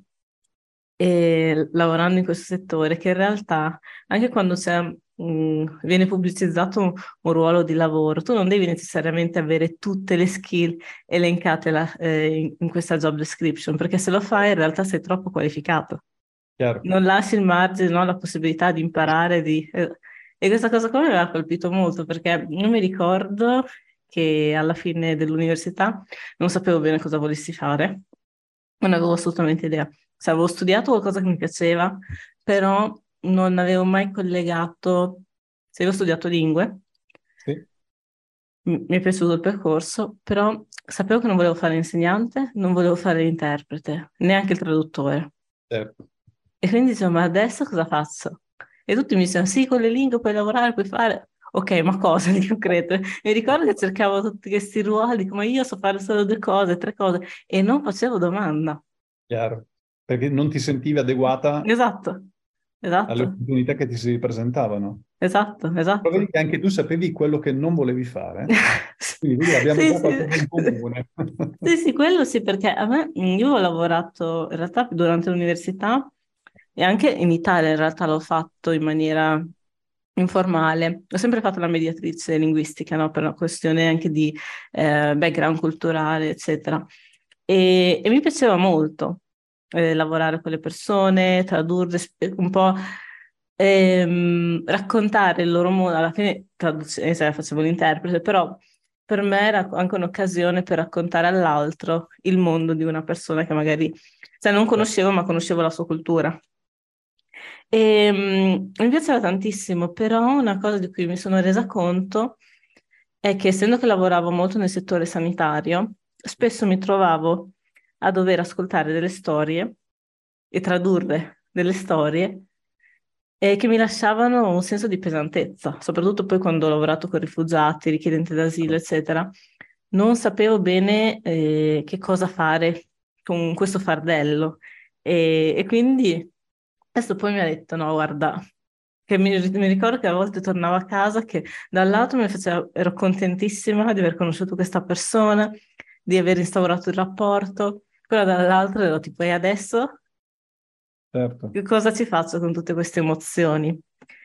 lavorando in questo settore, che in realtà anche quando viene pubblicizzato un ruolo di lavoro, tu non devi necessariamente avere tutte le skill elencate in questa job description, perché se lo fai in realtà sei troppo qualificato. Chiaro. Non lasci il margine, no, la possibilità di imparare. E questa cosa qua mi aveva colpito molto perché io mi ricordo che alla fine dell'università non sapevo bene cosa volessi fare, non avevo assolutamente idea. Cioè, avevo studiato qualcosa che mi piaceva, però non avevo mai collegato, se avevo studiato lingue, Sì, mi è piaciuto il percorso, però sapevo che non volevo fare l'insegnante, non volevo fare l'interprete, neanche il traduttore. certo. E quindi dicevo, ma adesso cosa faccio? E tutti mi dicevano, sì, con le lingue puoi lavorare, puoi fare... Ok, ma cosa di concreto? Mi ricordo che cercavo tutti questi ruoli, come io so fare solo due cose, tre cose, e non facevo domanda. Chiaro. Perché non ti sentivi adeguata Esatto, alle esatto, opportunità che ti si presentavano. esatto, Però vedi esatto. che anche tu sapevi quello che non volevi fare. Quindi vedi, abbiamo Sì, già sì. qualcosa in comune. Sì, sì, quello sì, perché a me, io ho lavorato in realtà durante l'università e anche in Italia in realtà l'ho fatto in maniera informale. Ho sempre fatto la mediatrice linguistica, no? Per una questione anche di background culturale, eccetera. E mi piaceva molto lavorare con le persone, tradurre un po', raccontare il loro mondo. Alla fine facevo l'interprete, però per me era anche un'occasione per raccontare all'altro il mondo di una persona che magari, cioè, non conoscevo, ma conoscevo la sua cultura. Mi piaceva tantissimo, però una cosa di cui mi sono resa conto è che essendo che lavoravo molto nel settore sanitario, spesso mi trovavo a dover ascoltare delle storie e tradurre delle storie che mi lasciavano un senso di pesantezza, soprattutto poi quando ho lavorato con rifugiati, richiedenti d'asilo, eccetera. Non sapevo bene che cosa fare con questo fardello e quindi questo poi mi ha detto, no, guarda, che mi ricordo che a volte tornavo a casa che dall'altro ero contentissima di aver conosciuto questa persona, di aver instaurato il rapporto, però dall'altro ero tipo, e adesso Certo. che cosa ci faccio con tutte queste emozioni?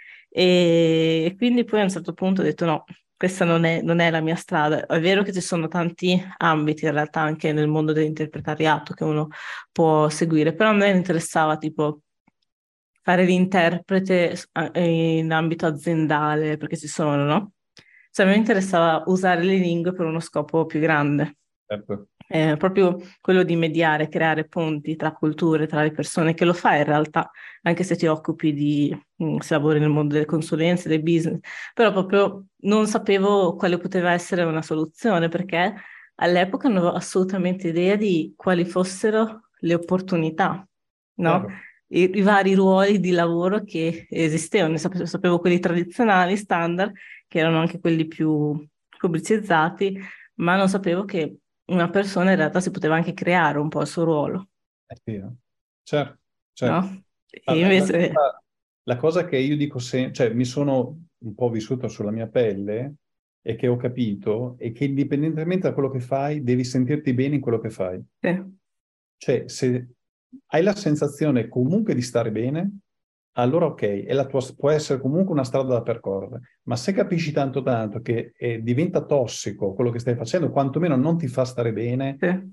E quindi poi a un certo punto ho detto no, questa non è la mia strada. È vero che ci sono tanti ambiti in realtà anche nel mondo dell'interpretariato che uno può seguire, però a me interessava tipo fare l'interprete in ambito aziendale, perché ci sono, no? Cioè a me interessava usare le lingue per uno scopo più grande. Certo. Proprio quello di mediare, creare ponti tra culture, tra le persone, che lo fai in realtà, anche se ti occupi se lavori nel mondo delle consulenze, del business, però proprio non sapevo quale poteva essere una soluzione, perché all'epoca non avevo assolutamente idea di quali fossero le opportunità, no? Chiaro. I vari ruoli di lavoro che esistevano. Sapevo quelli tradizionali, standard, che erano anche quelli più pubblicizzati, ma non sapevo che una persona in realtà si poteva anche creare un po' il suo ruolo, Sì, eh. Certo, certo. no? Ma E invece, la cosa che io dico sempre, cioè mi sono un po' vissuto sulla mia pelle e che ho capito è che indipendentemente da quello che fai, devi sentirti bene in quello che fai. sì, Cioè, se hai la sensazione comunque di stare bene, allora ok, può essere comunque una strada da percorrere. Ma se capisci tanto tanto che diventa tossico quello che stai facendo, quantomeno non ti fa stare bene, sì,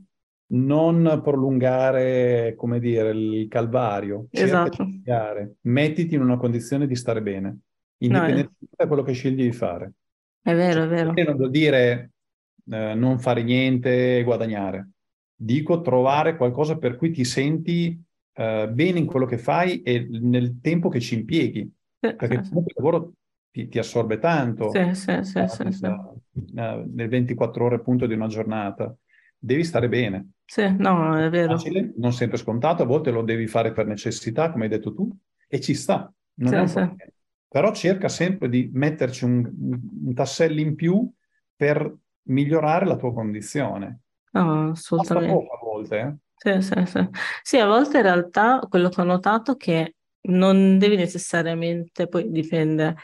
non prolungare, come dire, il calvario, cerca di Esatto. cambiare, mettiti in una condizione di stare bene, No, indipendentemente da quello che scegli di fare. è vero, Cioè, è vero. non vuol dire non fare niente e guadagnare. Dico trovare qualcosa per cui ti senti bene in quello che fai e nel tempo che ci impieghi, Sì, sì, perché comunque il lavoro ti assorbe tanto sì, sì, sì, sì, sì. nel 24 ore appunto di una giornata. Devi stare bene. Sì, no, è vero. Facile, non sempre scontato, a volte lo devi fare per necessità, come hai detto tu, e ci sta, non è Sì, un sì. problema. Però cerca sempre di metterci un tassello in più per migliorare la tua condizione. No, Basta assolutamente. poco a volte, eh? Sì, sì, sì. Sì, a volte in realtà quello che ho notato è che non devi necessariamente, poi dipende,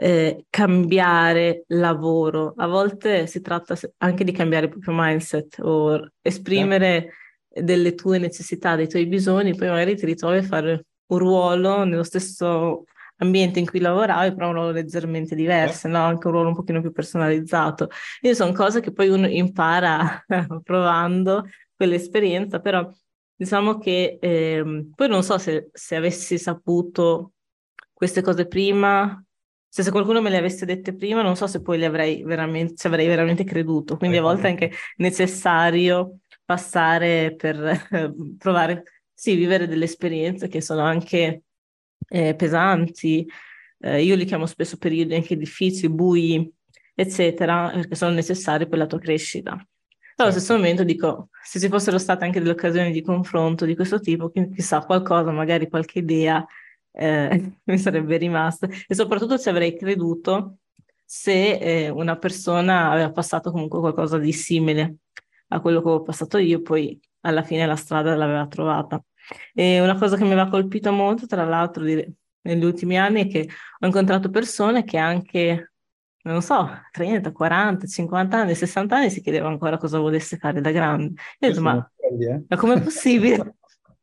cambiare lavoro. A volte si tratta anche di cambiare il proprio mindset o Certo, esprimere delle tue necessità, dei tuoi bisogni, poi magari ti ritrovi a fare un ruolo nello stesso ambiente in cui lavoravi, però un ruolo leggermente diverso, certo. no? Anche un ruolo un pochino più personalizzato. Quindi sono cose che poi uno impara provando quell'esperienza, però diciamo che poi non so se avessi saputo queste cose prima, se qualcuno me le avesse dette prima, non so se poi le avrei veramente, ci avrei veramente creduto. Quindi Hai a volte è fatto anche necessario passare per provare, sì, vivere delle esperienze che sono anche pesanti. Io li chiamo spesso periodi anche difficili, bui, eccetera, perché sono necessari per la tua crescita. Però allo stesso certo. momento dico, se ci fossero state anche delle occasioni di confronto di questo tipo, chissà, qualcosa, magari qualche idea mi sarebbe rimasta e soprattutto ci avrei creduto se una persona aveva passato comunque qualcosa di simile a quello che ho passato io, poi alla fine la strada l'aveva trovata. E una cosa che mi aveva colpito molto, tra l'altro, negli ultimi anni è che ho incontrato persone che anche, non lo so, 30, 40, 50 anni, 60 anni si chiedevano ancora cosa volesse fare da grande. Io ho Io detto, sono quelli, ma com'è possibile?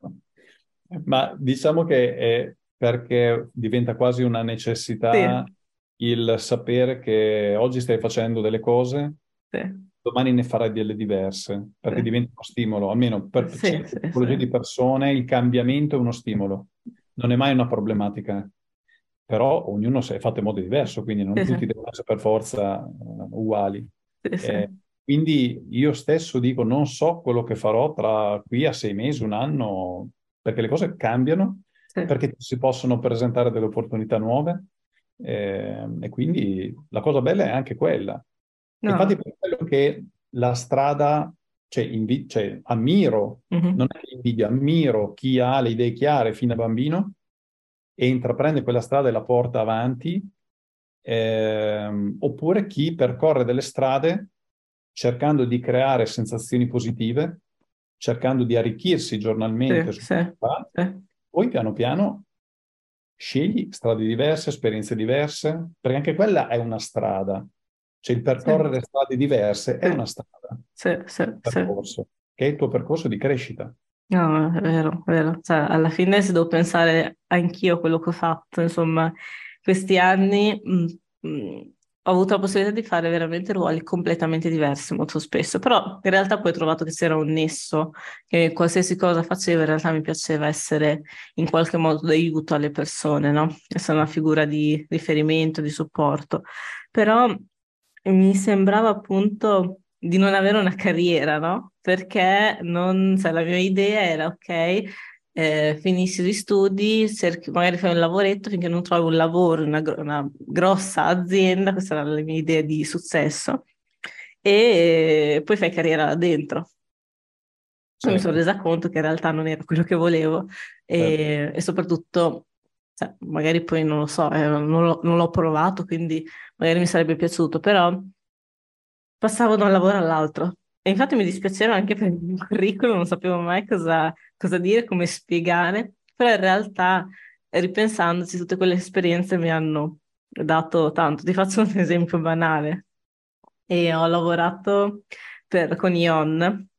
Ma diciamo che è perché diventa quasi una Sì, necessità il sapere che oggi stai facendo delle cose, sì, domani ne farai delle diverse, perché sì, diventa uno stimolo, almeno per sì, certe sì, sì, tipologie di persone il cambiamento è uno stimolo, non è mai una problematica, però ognuno è fatto in modo diverso, quindi non sì, sì, tutti devono essere per forza uguali. sì, sì, Eh, quindi io stesso dico, non so quello che farò tra qui a 6 mesi, un anno, perché le cose cambiano, sì. perché si possono presentare delle opportunità nuove, e quindi la cosa bella è anche quella. Infatti No, per quello che la strada, cioè, cioè, ammiro, non mhm, è che invidio, ammiro chi ha le idee chiare fin da bambino e intraprende quella strada e la porta avanti, oppure chi percorre delle strade cercando di creare sensazioni positive, cercando di arricchirsi giornalmente sì, su sì, strada, sì, poi piano piano scegli strade diverse, esperienze diverse, perché anche quella è una strada. Cioè il sì, percorrere strade diverse è sì, una strada, sì, sì, sì. percorso, che è il tuo percorso di crescita. No, è vero, è vero. Cioè, alla fine se devo pensare anch'io a quello che ho fatto, insomma, questi anni ho avuto la possibilità di fare veramente ruoli completamente diversi molto spesso, però in realtà poi ho trovato che c'era un nesso, che qualsiasi cosa facevo in realtà mi piaceva essere in qualche modo d'aiuto alle persone, no? Essere una figura di riferimento, di supporto. Però mi sembrava appunto di non avere una carriera, no? Perché non, cioè, la mia idea era, ok, finisci gli studi, magari fai un lavoretto finché non trovi un lavoro in una grossa azienda, questa era la mia idea di successo, e poi fai carriera là dentro. Poi mi sono Certo, resa conto che in realtà non era quello che volevo certo. e soprattutto, cioè, magari poi non lo so, non l'ho provato, quindi magari mi sarebbe piaciuto, però passavo da un lavoro all'altro. E infatti mi dispiaceva anche per il mio curriculum, non sapevo mai cosa dire, come spiegare, però in realtà, ripensandoci, tutte quelle esperienze mi hanno dato tanto. Ti faccio un esempio banale. E ho lavorato con Ion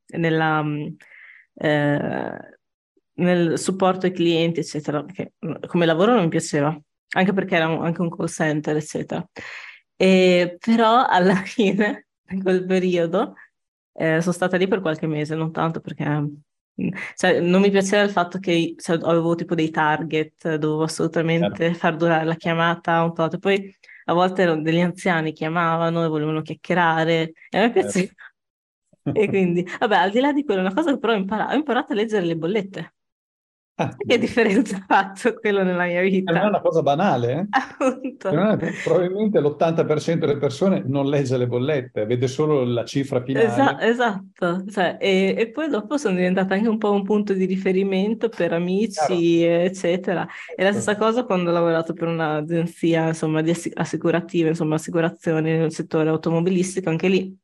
eh, nel supporto ai clienti, eccetera, che come lavoro non mi piaceva, anche perché era anche un call center, eccetera. Però alla fine, in quel periodo, Sono stata lì per qualche mese, non tanto perché cioè, non mi piaceva il fatto che cioè, avevo tipo dei target, dovevo Certo. assolutamente far durare la chiamata un tot. Poi a volte degli anziani chiamavano e volevano chiacchierare e a me Certo. piaceva. E quindi, vabbè, al di là di quello, una cosa che però ho imparato a leggere le bollette. Ah, Che beh. differenza ha fatto quello nella mia Non è vita? una cosa banale, eh? Appunto. Probabilmente l'80% delle persone non legge le bollette, vede solo la cifra finale. Esatto, cioè, e poi dopo sono diventata anche un po' un punto di riferimento per Chiaro. amici, eccetera. E la stessa cosa quando ho lavorato per un'agenzia, insomma, di assicurativa, insomma, assicurazioni nel settore automobilistico, anche lì.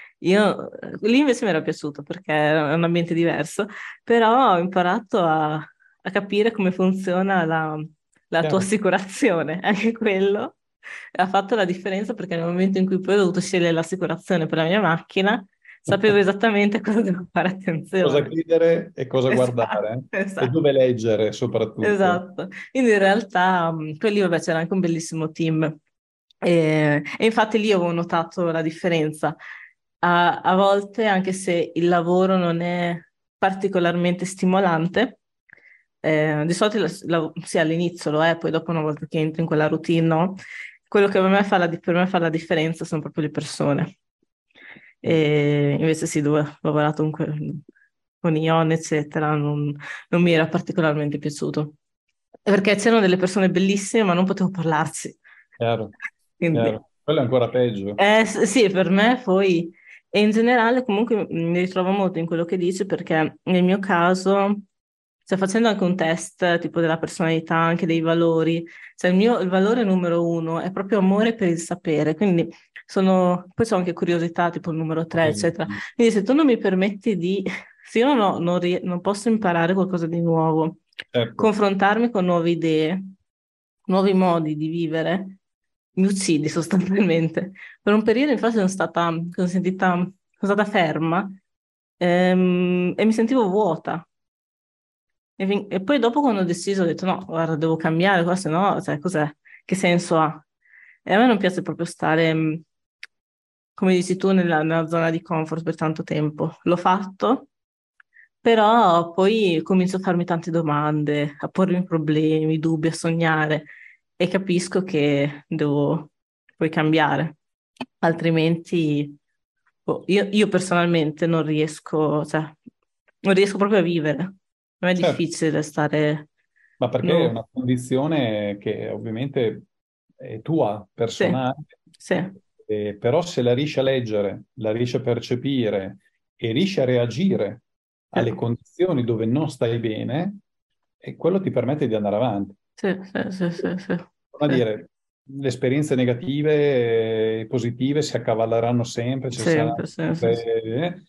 Lì invece mi era piaciuto perché era un ambiente diverso, però ho imparato a capire come funziona la tua Chiaro. assicurazione, anche quello ha fatto la differenza perché nel momento in cui poi ho dovuto scegliere l'assicurazione per la mia macchina, sapevo esattamente a cosa devo fare Cosa attenzione. chiedere e cosa Esatto, guardare, e esatto, dove leggere soprattutto. esatto. Quindi in realtà poi lì vabbè, c'era anche un bellissimo team e infatti lì avevo notato la differenza. A volte, anche se il lavoro non è particolarmente stimolante, di solito sì, all'inizio lo è, poi dopo una volta che entri in quella routine, no? Quello che per me fa la differenza sono proprio le persone. E invece sì, dove ho lavorato con Ion, eccetera, non mi era particolarmente piaciuto. Perché c'erano delle persone bellissime, ma non potevo parlarci. Chiaro, Quindi, chiaro. Quello è ancora peggio. sì, per me poi, e in generale comunque mi ritrovo molto in quello che dici perché nel mio caso, cioè facendo anche un test tipo della personalità, anche dei valori, cioè il valore numero uno è proprio amore per il sapere, quindi poi c'ho anche curiosità tipo il numero tre, eccetera. Quindi se tu non mi permetti se io non posso imparare qualcosa di nuovo, Certo. confrontarmi con nuove idee, nuovi modi di vivere, mi uccidi sostanzialmente. Per un periodo infatti sono stata ferma e mi sentivo vuota. E poi dopo quando ho deciso ho detto no, guarda, devo cambiare, qua, se no, cioè, cos'è? Che senso ha? E a me non piace proprio stare, come dici tu, nella zona di comfort per tanto tempo. L'ho fatto, però poi comincio a farmi tante domande, a pormi problemi, dubbi, a sognare e capisco che devo poi cambiare, altrimenti boh, io personalmente non riesco, cioè, non riesco proprio a vivere. Non è Certo. difficile stare... Ma perché è No, una condizione che ovviamente è tua, sì, personale, sì, però se la riesci a leggere, la riesci a percepire e riesci a reagire sì, alle condizioni dove non stai bene, e quello ti permette di andare avanti. sì, sì, sì, sì, sì, Come sì, dire, le esperienze negative e positive si accavalleranno sempre, ci saranno sempre, sì, sì, sempre, sì.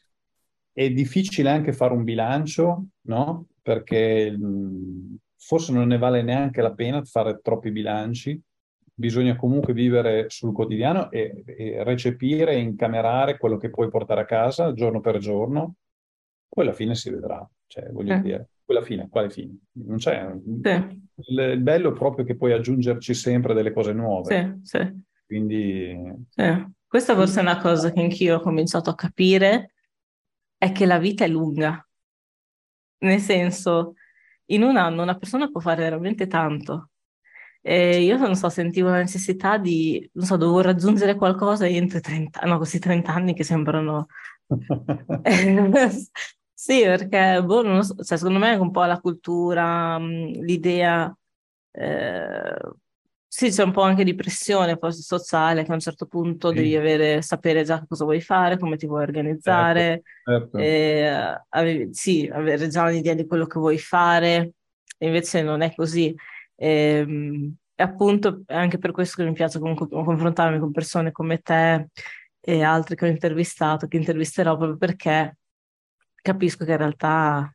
è difficile anche fare un bilancio, no? Perché forse non ne vale neanche la pena fare troppi bilanci. Bisogna comunque vivere sul quotidiano e recepire e incamerare quello che puoi portare a casa giorno per giorno. Poi alla fine si vedrà, cioè voglio dire, quella fine, quale fine? Non c'è. Sì, Il bello è proprio che puoi aggiungerci sempre delle cose nuove. sì, sì, sì. Quindi Sì. Questa forse è una cosa che anch'io ho cominciato a capire, è che la vita è lunga. Nel senso, in un anno una persona può fare veramente tanto. E io non so, sentivo la necessità di, non so, dovevo raggiungere qualcosa entro i 30, no, questi 30 anni che sembrano... Sì, perché, boh, non lo so, cioè, secondo me è un po' la cultura, l'idea, eh, sì, c'è un po' anche di pressione forse sociale, che a un certo punto devi sì, sapere già cosa vuoi fare, come ti vuoi certo, organizzare, certo. sì, avere già un'idea di quello che vuoi fare, e invece non è così. E appunto è anche per questo che mi piace comunque confrontarmi con persone come te e altri che ho intervistato, che intervisterò proprio perché capisco che in realtà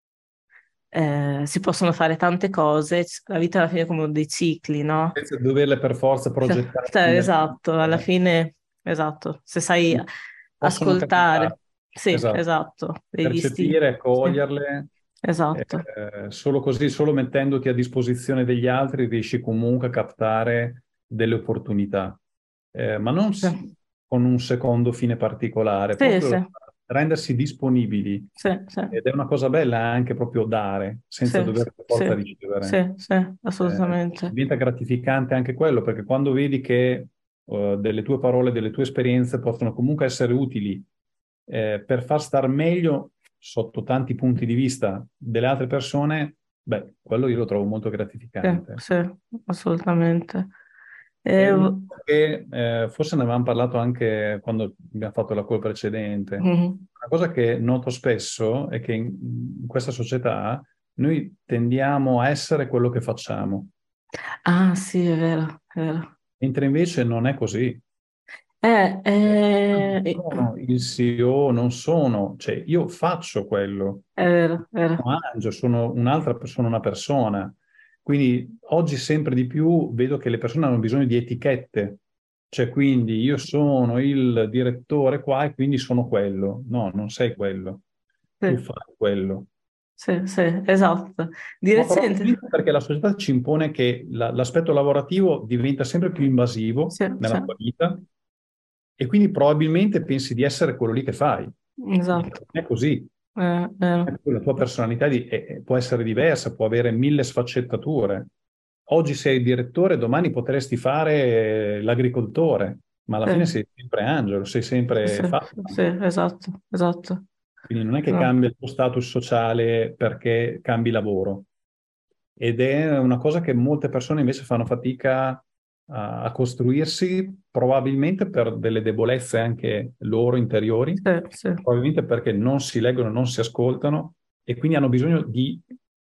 si possono fare tante cose, la vita alla fine è come dei cicli, no? Senza doverle per forza Cioè, progettarsi nel esatto, alla tempo, fine, esatto, se sai possono ascoltare, capitare, sì, esatto, esatto, degli stili, percepire, sì, coglierle, esatto, solo così, solo mettendoti a disposizione degli altri, riesci comunque a captare delle opportunità. Ma non sì, con un secondo fine particolare, sì, proprio sì, rendersi disponibili. sì, sì, Ed è una cosa bella anche proprio dare, senza sì, dover per forza sì, ricevere. sì, sì, assolutamente. Diventa gratificante anche quello, perché quando vedi che delle tue parole, delle tue esperienze possono comunque essere utili per far star meglio sotto tanti punti di vista delle altre persone, beh, quello io lo trovo molto Sì, gratificante. sì, assolutamente. È E, una cosa che forse ne avevamo parlato anche quando abbiamo fatto la call precedente. mhm. Una cosa che noto spesso è che in questa società noi tendiamo a essere quello che facciamo, Ah, sì, è vero, è vero. mentre invece non è così. Eh, Non eh, eh, sono il CEO, non sono, cioè io faccio quello, è vero, è vero. sono Angelo, sono un'altra persona, una persona. Quindi oggi sempre di più vedo che le persone hanno bisogno di etichette, cioè quindi io sono il direttore qua e quindi sono quello. No, non sei quello, Sì, tu fai quello. sì, sì, esatto. Ma Direzione. probabilmente perché la società ci impone che l'aspetto lavorativo diventa sempre più invasivo Sì, sì, nella tua vita e quindi probabilmente pensi di essere quello lì che fai. esatto. Non è così. Vero. La tua personalità può essere diversa, può avere mille sfaccettature. Oggi sei il direttore, domani potresti fare l'agricoltore, ma alla Sì, fine sei sempre Angelo, sei sì, sempre sì, Fatma. sì, esatto, esatto. Quindi non è che No. cambia il tuo status sociale perché cambi lavoro. Ed è una cosa che molte persone invece fanno fatica a costruirsi, probabilmente per delle debolezze anche loro interiori, Sì, sì, probabilmente perché non si leggono, non si ascoltano e quindi hanno bisogno di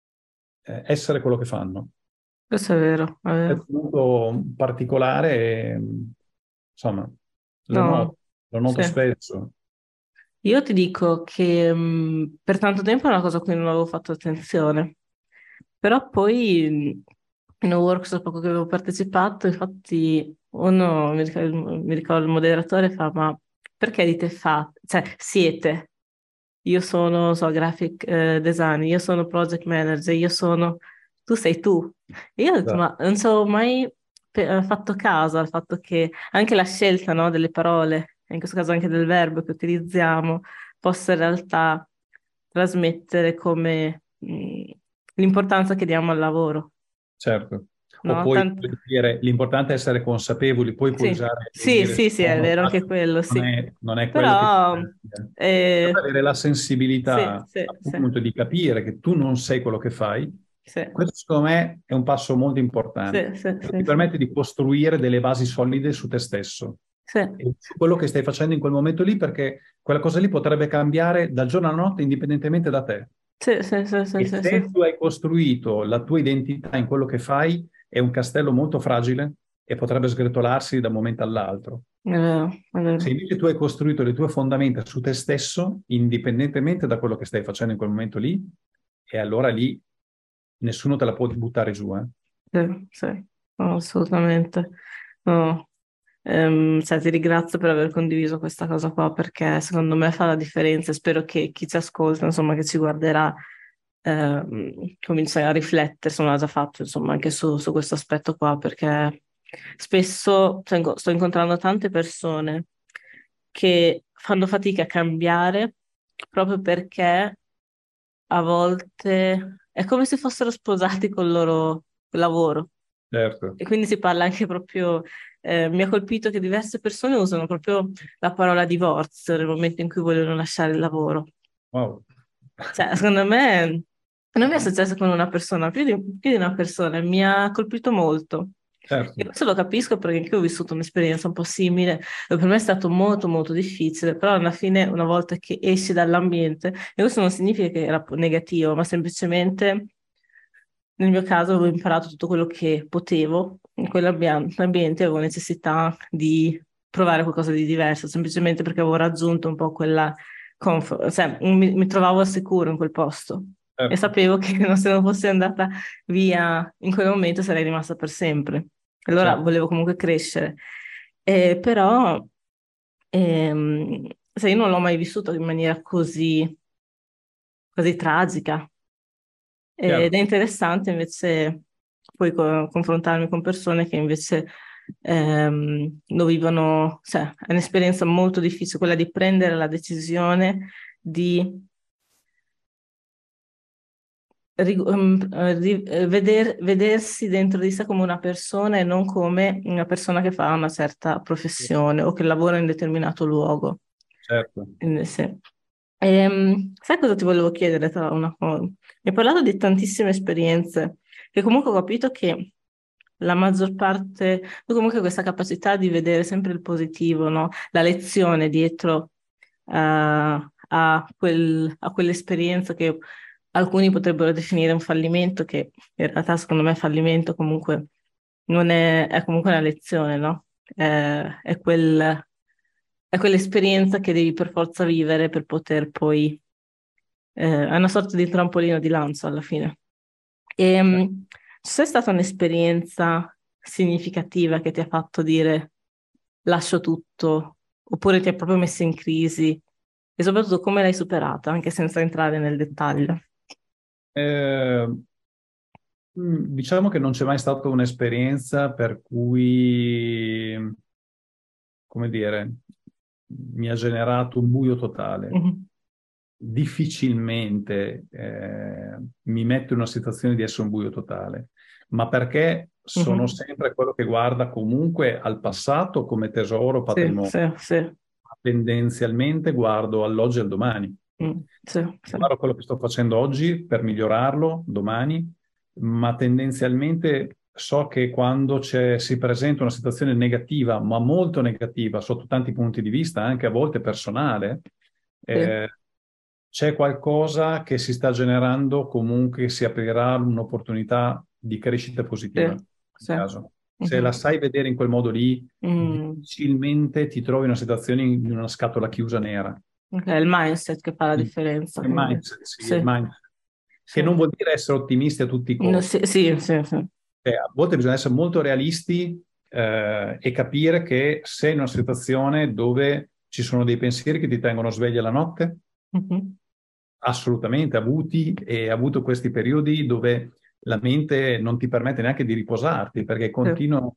essere quello che fanno. questo è vero, è È vero. molto particolare e, insomma, No, lo sì. noto spesso. Io ti dico che per tanto tempo è una cosa a cui non avevo fatto attenzione, però poi in un workshop a cui avevo partecipato, infatti uno, mi ricordo il moderatore fa, ma perché dite fa? Cioè, siete. Io sono, so, graphic design, io sono project manager, io sono... Tu sei tu. E io ho detto, Esatto. ma non ci avevo mai fatto caso al fatto che anche la scelta, no, delle parole, e in questo caso anche del verbo che utilizziamo, possa in realtà trasmettere come l'importanza che diamo al lavoro, Certo. O no? poi voglio dire, l'importante è essere consapevoli, poi puoi Sì, usare e sì, dire sì, sì, è sono, vero anche faccio, quello, sì. non è quello che ti Però, serve. Però eh, avere la sì, sensibilità sì, sì, appunto di capire che tu non sei quello che fai, sì, questo secondo me è un passo molto importante. sì, sì, Ti sì, sì. permette di costruire delle basi solide su te stesso Sì, e su quello che stai facendo in quel momento lì, perché quella cosa lì potrebbe cambiare dal giorno alla notte indipendentemente da te. sì, sì, sì, sì, E sì, sì. se tu hai costruito la tua identità in quello che fai, è un castello molto fragile e potrebbe sgretolarsi da un momento all'altro. È vero, è Se vero. invece tu hai costruito le tue fondamenta su te stesso, indipendentemente da quello che stai facendo in quel momento lì, e allora lì nessuno te la può buttare giù, eh. Sì, sì, no, assolutamente. No. Cioè, ti ringrazio per aver condiviso questa cosa qua perché secondo me fa la differenza e spero che chi ci ascolta, insomma, che ci guarderà, cominci a riflettere, insomma, l'ha già fatto, insomma, anche su questo aspetto qua perché spesso sto incontrando tante persone che fanno fatica a cambiare proprio perché a volte è come se fossero sposati col loro lavoro. Certo. E quindi si parla anche proprio, mi ha colpito che diverse persone usano proprio la parola divorzio nel momento in cui vogliono lasciare il lavoro. Wow. Cioè, secondo me, non mi è successo con una persona, più di una persona, mi ha colpito molto. E Certo. questo lo capisco perché anche io ho vissuto un'esperienza un po' simile, dove per me è stato molto molto difficile, però alla fine una volta che esci dall'ambiente, e questo non significa che era negativo, ma semplicemente nel mio caso avevo imparato tutto quello che potevo, in quell'ambiente avevo necessità di provare qualcosa di diverso, semplicemente perché avevo raggiunto un po' quella comfort, cioè mi trovavo al sicuro in quel posto e Certo. sapevo che se non fossi andata via in quel momento sarei rimasta per sempre. Allora Certo. volevo comunque crescere. Però sai, io non l'ho mai vissuto in maniera così, così tragica. Ed Chiaro. è interessante invece poi confrontarmi con persone che invece lo vivono, cioè, è un'esperienza molto difficile, quella di prendere la decisione di vedersi dentro di sé come una persona e non come una persona che fa una certa professione o che lavora in determinato luogo. Certo. Quindi, sì. Sai cosa ti volevo chiedere tra una cosa? Mi hai parlato di tantissime esperienze, che comunque ho capito che la maggior parte, tu comunque questa capacità di vedere sempre il positivo, no? La lezione dietro a quell'esperienza che alcuni potrebbero definire un fallimento, che in realtà secondo me fallimento comunque non è, è comunque una lezione, no? È è quell'esperienza che devi per forza vivere per poter poi, è una sorta di trampolino di lancio alla fine. C'è stata un'esperienza significativa che ti ha fatto dire lascio tutto, oppure ti ha proprio messo in crisi e soprattutto come l'hai superata, anche senza entrare nel dettaglio. Eh, diciamo che non c'è mai stata un'esperienza per cui, come dire, mi ha generato un buio totale. Mhm. Difficilmente mi metto in una situazione di essere un buio totale, ma perché sono Mhm. sempre quello che guarda comunque al passato come tesoro, Sì, patrimonio. sì, sì. Tendenzialmente guardo all'oggi e al domani. Sì, sì. Guardo quello che sto facendo oggi per migliorarlo domani, ma tendenzialmente so che quando si presenta una situazione negativa, ma molto negativa sotto tanti punti di vista, anche a volte personale, Sì, eh, c'è qualcosa che si sta generando, comunque si aprirà un'opportunità di crescita positiva. sì, In sì. caso. Se la Mhm. sai vedere in quel modo lì, Mm. difficilmente ti trovi in una situazione in una scatola chiusa nera. Ok, è il mindset che fa la differenza, Il quindi. mindset, sì, il Sì, mindset. Che sì. non vuol dire essere ottimisti a tutti i No, costi. sì, sì, sì, sì. A volte bisogna essere molto realisti e capire che sei in una situazione dove ci sono dei pensieri che ti tengono sveglia la notte, Mhm. assolutamente avuti, e avuto questi periodi dove la mente non ti permette neanche di riposarti perché Sì,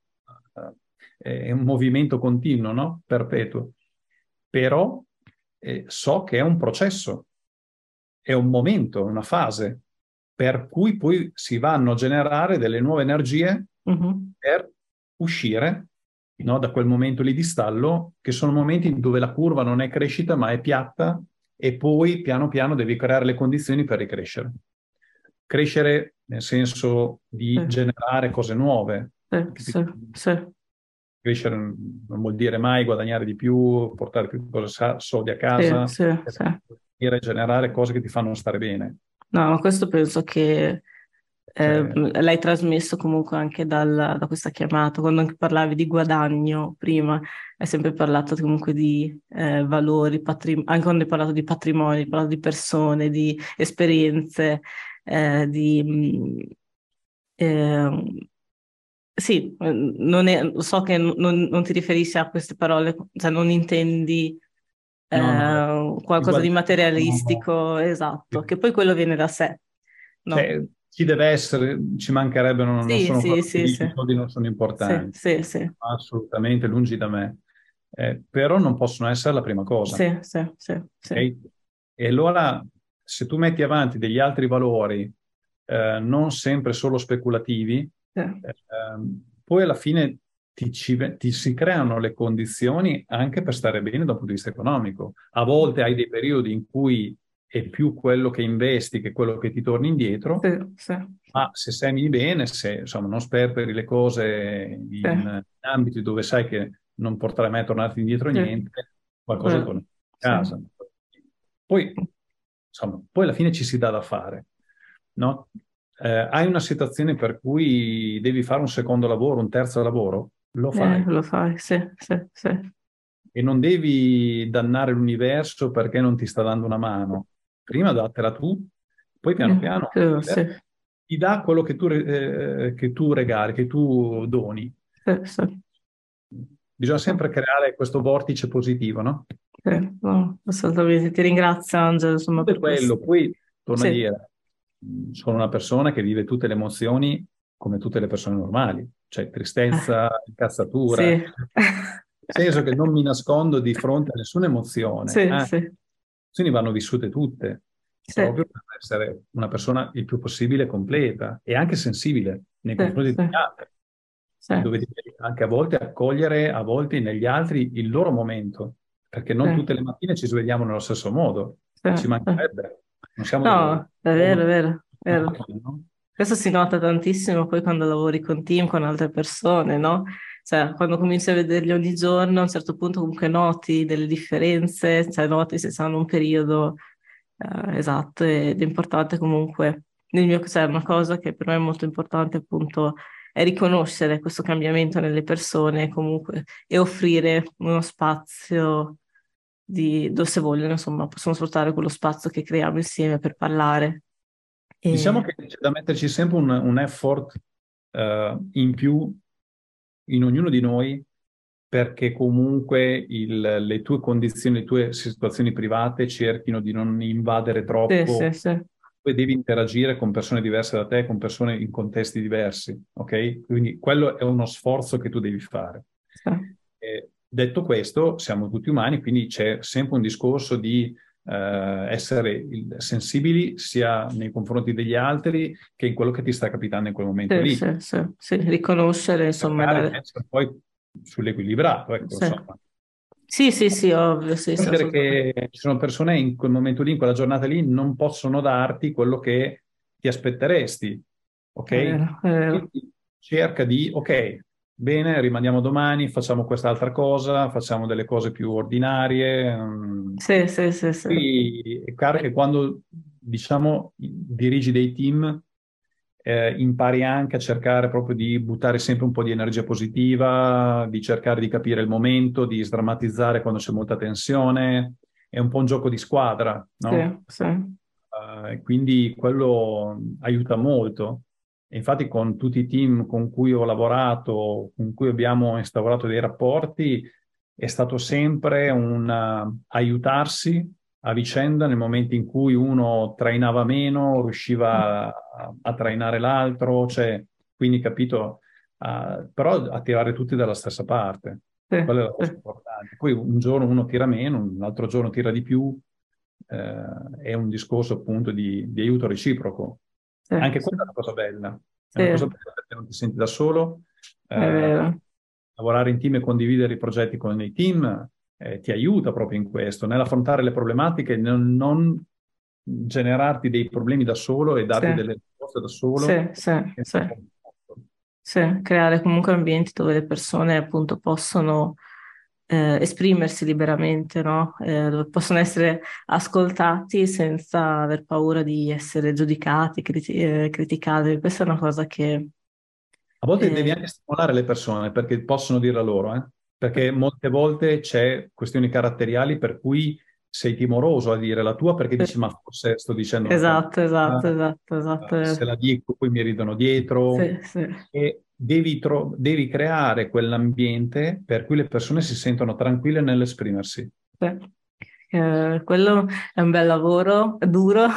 è un movimento continuo, no? Perpetuo. Però so che è un processo, è un momento, una fase per cui poi si vanno a generare delle nuove energie mhm. per uscire, no, da quel momento lì di stallo, che sono momenti dove la curva non è crescita ma è piatta e poi piano piano devi creare le condizioni per ricrescere. Crescere nel senso Sì, di generare cose nuove. sì, sì, sì, Crescere non vuol dire mai guadagnare di più, portare più cose, soldi a sì, casa, sì, sì. vuol dire generare cose che ti fanno stare bene. No, ma questo penso che Cioè, l'hai trasmesso comunque anche da questa chiamata. Quando anche parlavi di guadagno prima, hai sempre parlato comunque di valori, anche quando hai parlato di patrimonio, hai parlato di persone, di esperienze, di... sì, so che non ti riferisci a queste parole, cioè non intendi no, no, i qualcosa di guadagni sono... materialistico, esatto, che poi quello viene da sé, no? Cioè, ci deve essere, ci mancherebbero, non Sì, sono sì, quello che sì, dice sì, i soldi non sono sì, importanti, sì, sì, assolutamente lungi da me. Però non possono essere la prima cosa, sì, sì, sì, sì, ok? E allora, se tu metti avanti degli altri valori, non sempre solo speculativi, sì, poi alla fine ti si creano le condizioni anche per stare bene dal punto di vista economico. A volte hai dei periodi in cui è più quello che investi che quello che ti torni indietro, sì, sì, ma se semini bene, se insomma non sperperi le cose sì, in ambiti dove sai che non potrai mai tornarti indietro sì, niente, qualcosa quello, torna a sì, casa. Poi, insomma, poi alla fine ci si dà da fare, no? Hai una situazione per cui devi fare un secondo lavoro, un terzo lavoro, lo fai lo fai, sì, sì, sì, e non devi dannare l'universo perché non ti sta dando una mano. Prima dattela tu, poi piano piano sì, l'universo ti dà quello che tu regali, che tu doni. sì, sì, Bisogna sì, sempre creare questo vortice positivo, no? sì, no, assolutamente. Ti ringrazio, Angelo, insomma, Tutto è per questo. quello. Poi, torno a Sì, dire, sono una persona che vive tutte le emozioni come tutte le persone normali. cioè tristezza, incazzatura, sì, nel senso che non mi nascondo di fronte a nessuna emozione. sì, Le sì, emozioni vanno vissute tutte, sì, proprio per essere una persona il più possibile completa e anche sensibile nei sì, confronti sì, degli altri, sì, dove devi anche a volte accogliere a volte negli altri il loro momento, perché non sì, tutte le mattine ci svegliamo nello stesso modo, sì, ci sì. mancherebbe, non siamo delle No, è vero, è vero, è vero. macchine, no? Questo si nota tantissimo poi quando lavori con team, con altre persone, no? Cioè, quando cominci a vederli ogni giorno, a un certo punto comunque noti delle differenze, cioè noti se stanno un periodo esatto ed è importante comunque. Nel mio, cioè, una cosa che per me è molto importante appunto è riconoscere questo cambiamento nelle persone comunque e offrire uno spazio dove se vogliono, insomma, possono sfruttare quello spazio che creiamo insieme per parlare. Diciamo E, che c'è da metterci sempre un effort in più in ognuno di noi perché comunque le tue condizioni, le tue situazioni private cerchino di non invadere sì, sì, troppo. sì, Poi devi interagire con persone diverse da te, con persone in contesti diversi, ok? Quindi quello è uno sforzo che tu devi fare. sì, Detto questo, siamo tutti umani, quindi c'è sempre un discorso di essere sensibili sia nei confronti degli altri che in quello che ti sta capitando in quel momento sì, lì. sì, sì, sì, riconoscere, insomma, Cercare di dare... essere poi sull'equilibrato, ecco, Sì, insomma. sì, sì, sì, ovvio, sì, sì, Conoscere assolutamente. che ci sono persone in quel momento lì, in quella giornata lì, non possono darti quello che ti aspetteresti, È ok? vero, è vero. Quindi cerca di, ok, bene, rimaniamo domani, facciamo quest'altra cosa, facciamo delle cose più ordinarie. Sì, sì, sì, sì, Qui è chiaro che quando, diciamo, dirigi dei team, impari anche a cercare proprio di buttare sempre un po' di energia positiva, di cercare di capire il momento, di sdrammatizzare quando c'è molta tensione. È un po' un gioco di squadra, no? sì, sì, Quindi quello aiuta molto. E infatti con tutti i team con cui ho lavorato, con cui abbiamo instaurato dei rapporti, è stato sempre un aiutarsi a vicenda nel momento in cui uno trainava meno, riusciva a trainare l'altro, cioè, quindi capito, però a tirare tutti dalla stessa parte. sì, Quella è la cosa sì, importante. Poi un giorno uno tira meno, un altro giorno tira di più, è un discorso appunto di aiuto reciproco. sì, Anche sì, quella è una cosa bella. È sì, una è cosa bella perché non ti senti da solo. eh, vero. Lavorare in team e condividere i progetti con i team ti aiuta proprio in questo, nell'affrontare le problematiche, non generarti dei problemi da solo e Sì, darti delle risposte da solo. sì, sì, sì, sì, creare comunque ambienti dove le persone appunto possono esprimersi liberamente, no? Dove possono essere ascoltati senza aver paura di essere giudicati, criticati. Questa è una cosa che A volte devi eh, anche stimolare le persone perché possono dirla loro, perché molte volte c'è questioni caratteriali per cui sei timoroso a dire la tua perché dici ma forse sto dicendo una esatto, esatto, cavolata, esatto, esatto. se la dico poi mi ridono dietro Sì, sì, e devi creare quell'ambiente per cui le persone si sentono tranquille nell'esprimersi. sì. Quello è un bel lavoro, è duro,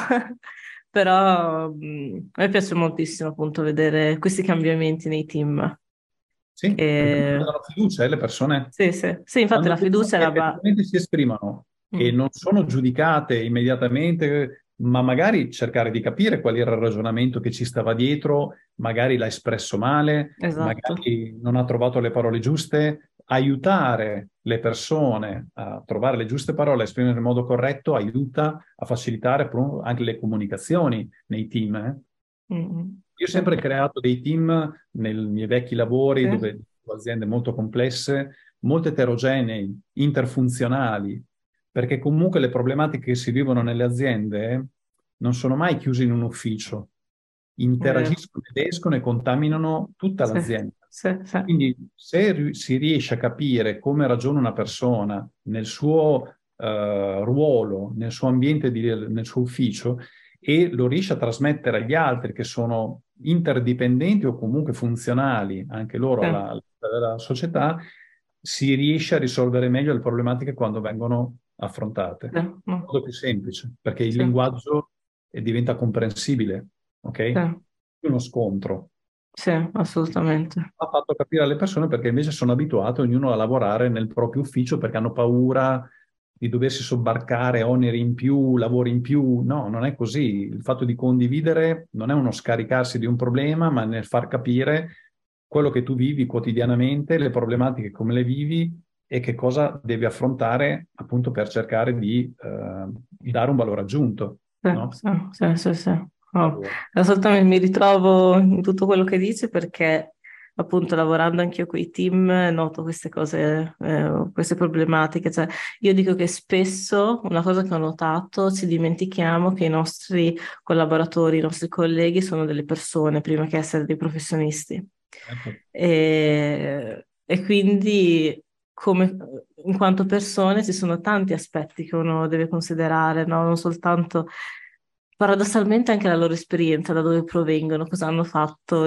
però a me piace moltissimo appunto vedere questi cambiamenti nei team. Sì, perché Che... danno fiducia, le persone. Sì, sì, sì, infatti Quando la vedono fiducia è che la base. effettivamente si esprimono e non sono giudicate immediatamente, ma magari cercare di capire qual era il ragionamento che ci stava dietro, magari l'ha espresso male, Esatto, magari non ha trovato le parole giuste, aiutare le persone a trovare le giuste parole, a esprimere in modo corretto, aiuta a facilitare anche le comunicazioni nei team. Mm, Io ho sì, sempre creato dei team nei miei vecchi lavori sì, dove aziende molto complesse, molto eterogenei, interfunzionali, perché comunque le problematiche che si vivono nelle aziende non sono mai chiuse in un ufficio, è vero. interagiscono ed escono e contaminano tutta Sì, l'azienda. sì, sì, Quindi se si riesce a capire come ragiona una persona nel suo ruolo, nel suo ambiente, nel suo ufficio, e lo riesce a trasmettere agli altri che sono interdipendenti o comunque funzionali, anche loro sì, alla società, si riesce a risolvere meglio le problematiche quando vengono affrontate. sì, In no, modo più semplice, perché il sì, linguaggio diventa comprensibile, ok? sì, Uno scontro. sì, assolutamente. Ha fatto capire alle persone perché invece sono abituate ognuno a lavorare nel proprio ufficio perché hanno paura di doversi sobbarcare oneri in più, lavori in più. No, non è così. Il fatto di condividere non è uno scaricarsi di un problema, ma nel far capire quello che tu vivi quotidianamente, le problematiche come le vivi e che cosa devi affrontare appunto per cercare di dare un valore aggiunto, Sì, no? sì, sì, sì, sì. Oh, Lavoro. assolutamente mi ritrovo in tutto quello che dici perché appunto lavorando anch'io con i team noto queste cose, queste problematiche. Cioè, io dico che spesso una cosa che ho notato, ci dimentichiamo che i nostri collaboratori, i nostri colleghi sono delle persone prima che essere dei professionisti. Ecco. E quindi come, in quanto persone ci sono tanti aspetti che uno deve considerare, no? Non soltanto, paradossalmente anche la loro esperienza, da dove provengono, cosa hanno fatto,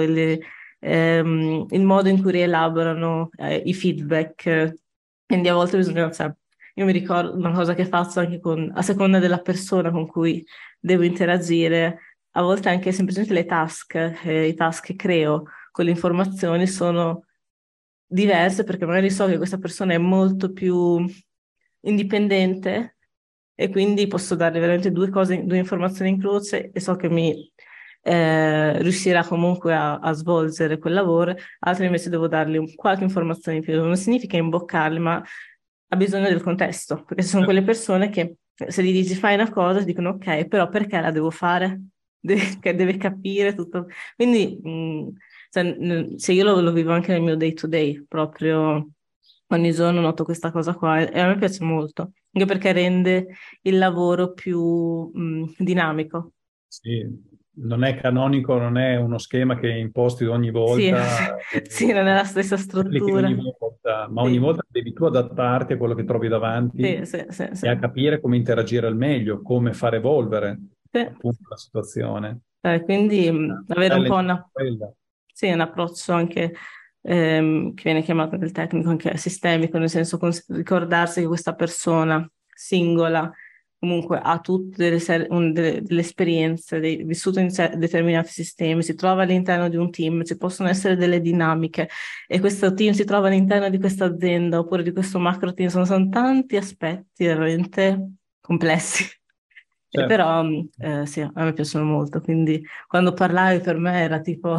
il modo in cui rielaborano i feedback. Quindi a volte bisogna, cioè, io mi ricordo una cosa che faccio anche a seconda della persona con cui devo interagire, a volte anche semplicemente i task che creo con le informazioni sono diverse perché magari so che questa persona è molto più indipendente e quindi posso darle veramente due cose, due informazioni in croce e so che mi riuscirà comunque a svolgere quel lavoro, altri invece devo dargli qualche informazione in più. Non significa imboccarli, ma ha bisogno del contesto, perché ci sono quelle persone che se gli dici fai una cosa, dicono ok, però perché la devo fare? Che deve capire tutto. Quindi, cioè, se io lo vivo anche nel mio day to day, proprio ogni giorno noto questa cosa qua e a me piace molto, anche perché rende il lavoro più dinamico. Sì, non è canonico, non è uno schema che imposti ogni Sì, volta, sì, non è la stessa applichi ogni struttura. volta, ma ogni Sì, volta devi tu adattarti a quello che trovi davanti sì, sì, sì, sì. e a capire come interagire al meglio, come far evolvere Sì. appunto la situazione. Quindi avere un po' Challenge è quella. sì, un approccio anche che viene chiamato nel tecnico anche sistemico, nel senso ricordarsi che questa persona singola comunque ha tutte delle esperienze, vissuto in determinati sistemi, si trova all'interno di un team, ci possono essere delle dinamiche e questo team si trova all'interno di questa azienda oppure di questo macro team, sono tanti aspetti veramente complessi. E Certo. però sì, a me piacciono molto, quindi quando parlavi per me era tipo,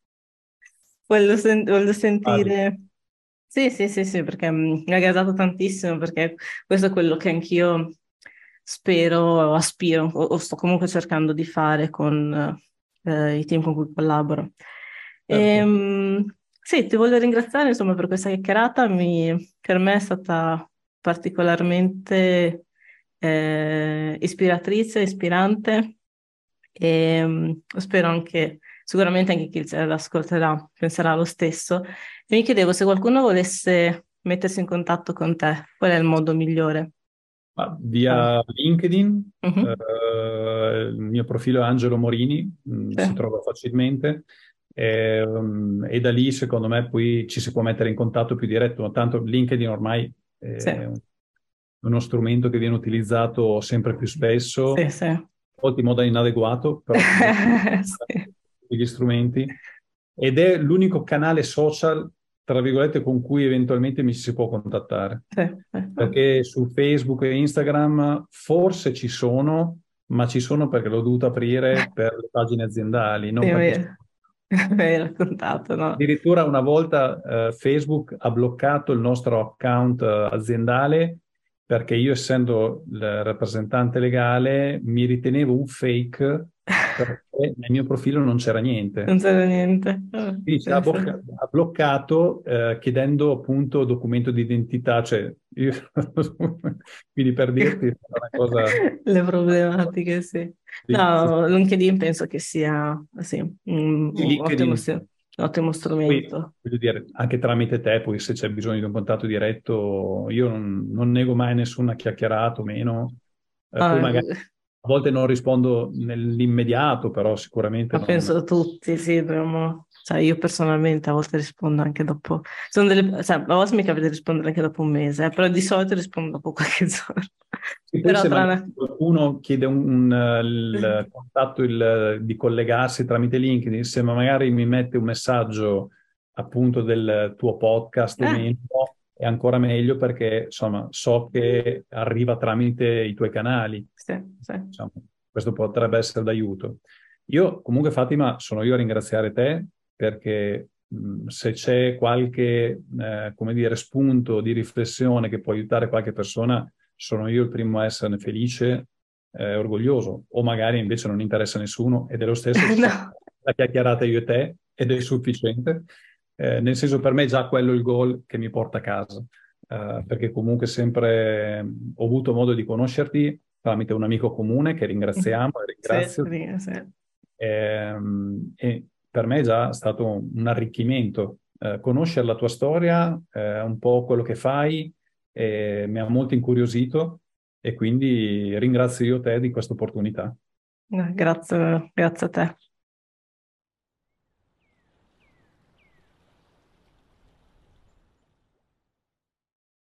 voglio Vale. sentire. Sì, sì, sì, sì, perché mi ha gasato tantissimo, perché questo è quello che anch'io spero, aspiro, o sto comunque cercando di fare con i team con cui collaboro. Certo. Sì, ti voglio ringraziare insomma per questa chiacchierata, per me è stata particolarmente ispiratrice, ispirante e spero anche, sicuramente anche chi l'ascolterà penserà lo stesso. E mi chiedevo se qualcuno volesse mettersi in contatto con te, qual è il modo migliore? Ma Ah, via LinkedIn, mhm, il mio profilo è Angelo Morini, sì, si trova facilmente e da lì secondo me poi ci si può mettere in contatto più diretto, tanto LinkedIn ormai sì, è uno strumento che viene utilizzato sempre più spesso, sì, sì. a volte in modo inadeguato, però comunque Sì, gli strumenti, ed è l'unico canale social, tra virgolette, con cui eventualmente mi si può contattare. sì, sì, no. Perché su Facebook e Instagram forse ci sono, ma ci sono perché l'ho dovuto aprire per le pagine aziendali, Sì, non perché... mi hai raccontato, no? Addirittura una volta Facebook ha bloccato il nostro account aziendale perché io, essendo il rappresentante legale, mi ritenevo un fake perché nel mio profilo non c'era niente. Non c'era niente. Ah, Quindi sì, sì. ha bloccato chiedendo appunto documento di identità, cioè quindi per dirti è una cosa... Le problematiche, sì. Sì, sì, No, sì. LinkedIn penso che sia, sì, Sì, un ottimo, LinkedIn. sì, un ottimo Poi, strumento. voglio dire, anche tramite te, poi se c'è bisogno di un contatto diretto, io non nego mai nessuna chiacchierata o meno. Poi Ah, magari a volte non rispondo nell'immediato, però sicuramente ma non... penso tutti, sì, dobbiamo. Cioè, io personalmente a volte rispondo anche dopo, cioè, a volte mi capita di rispondere anche dopo un mese, però di solito rispondo dopo qualche giorno. E poi Però se tra magari una... qualcuno chiede il contatto di collegarsi tramite LinkedIn, se magari mi mette un messaggio appunto del tuo podcast o Eh, meno, è ancora meglio perché insomma so che arriva tramite i tuoi canali. sì, sì. Insomma, questo potrebbe essere d'aiuto. Io comunque, Fatima, sono io a ringraziare te perché se c'è qualche, come dire, spunto di riflessione che può aiutare qualche persona, sono io il primo a esserne felice, orgoglioso, o magari invece non interessa a nessuno ed è lo stesso, ci siamo No. la chiacchierata io e te ed è sufficiente. Nel senso, per me è già quello il goal che mi porta a casa, perché comunque sempre ho avuto modo di conoscerti tramite un amico comune che ringraziamo e Sì, ringrazio. sì. E per me è già stato un arricchimento conoscere la tua storia, un po' quello che fai, mi ha molto incuriosito e quindi ringrazio io te di questa opportunità. Grazie, grazie a te.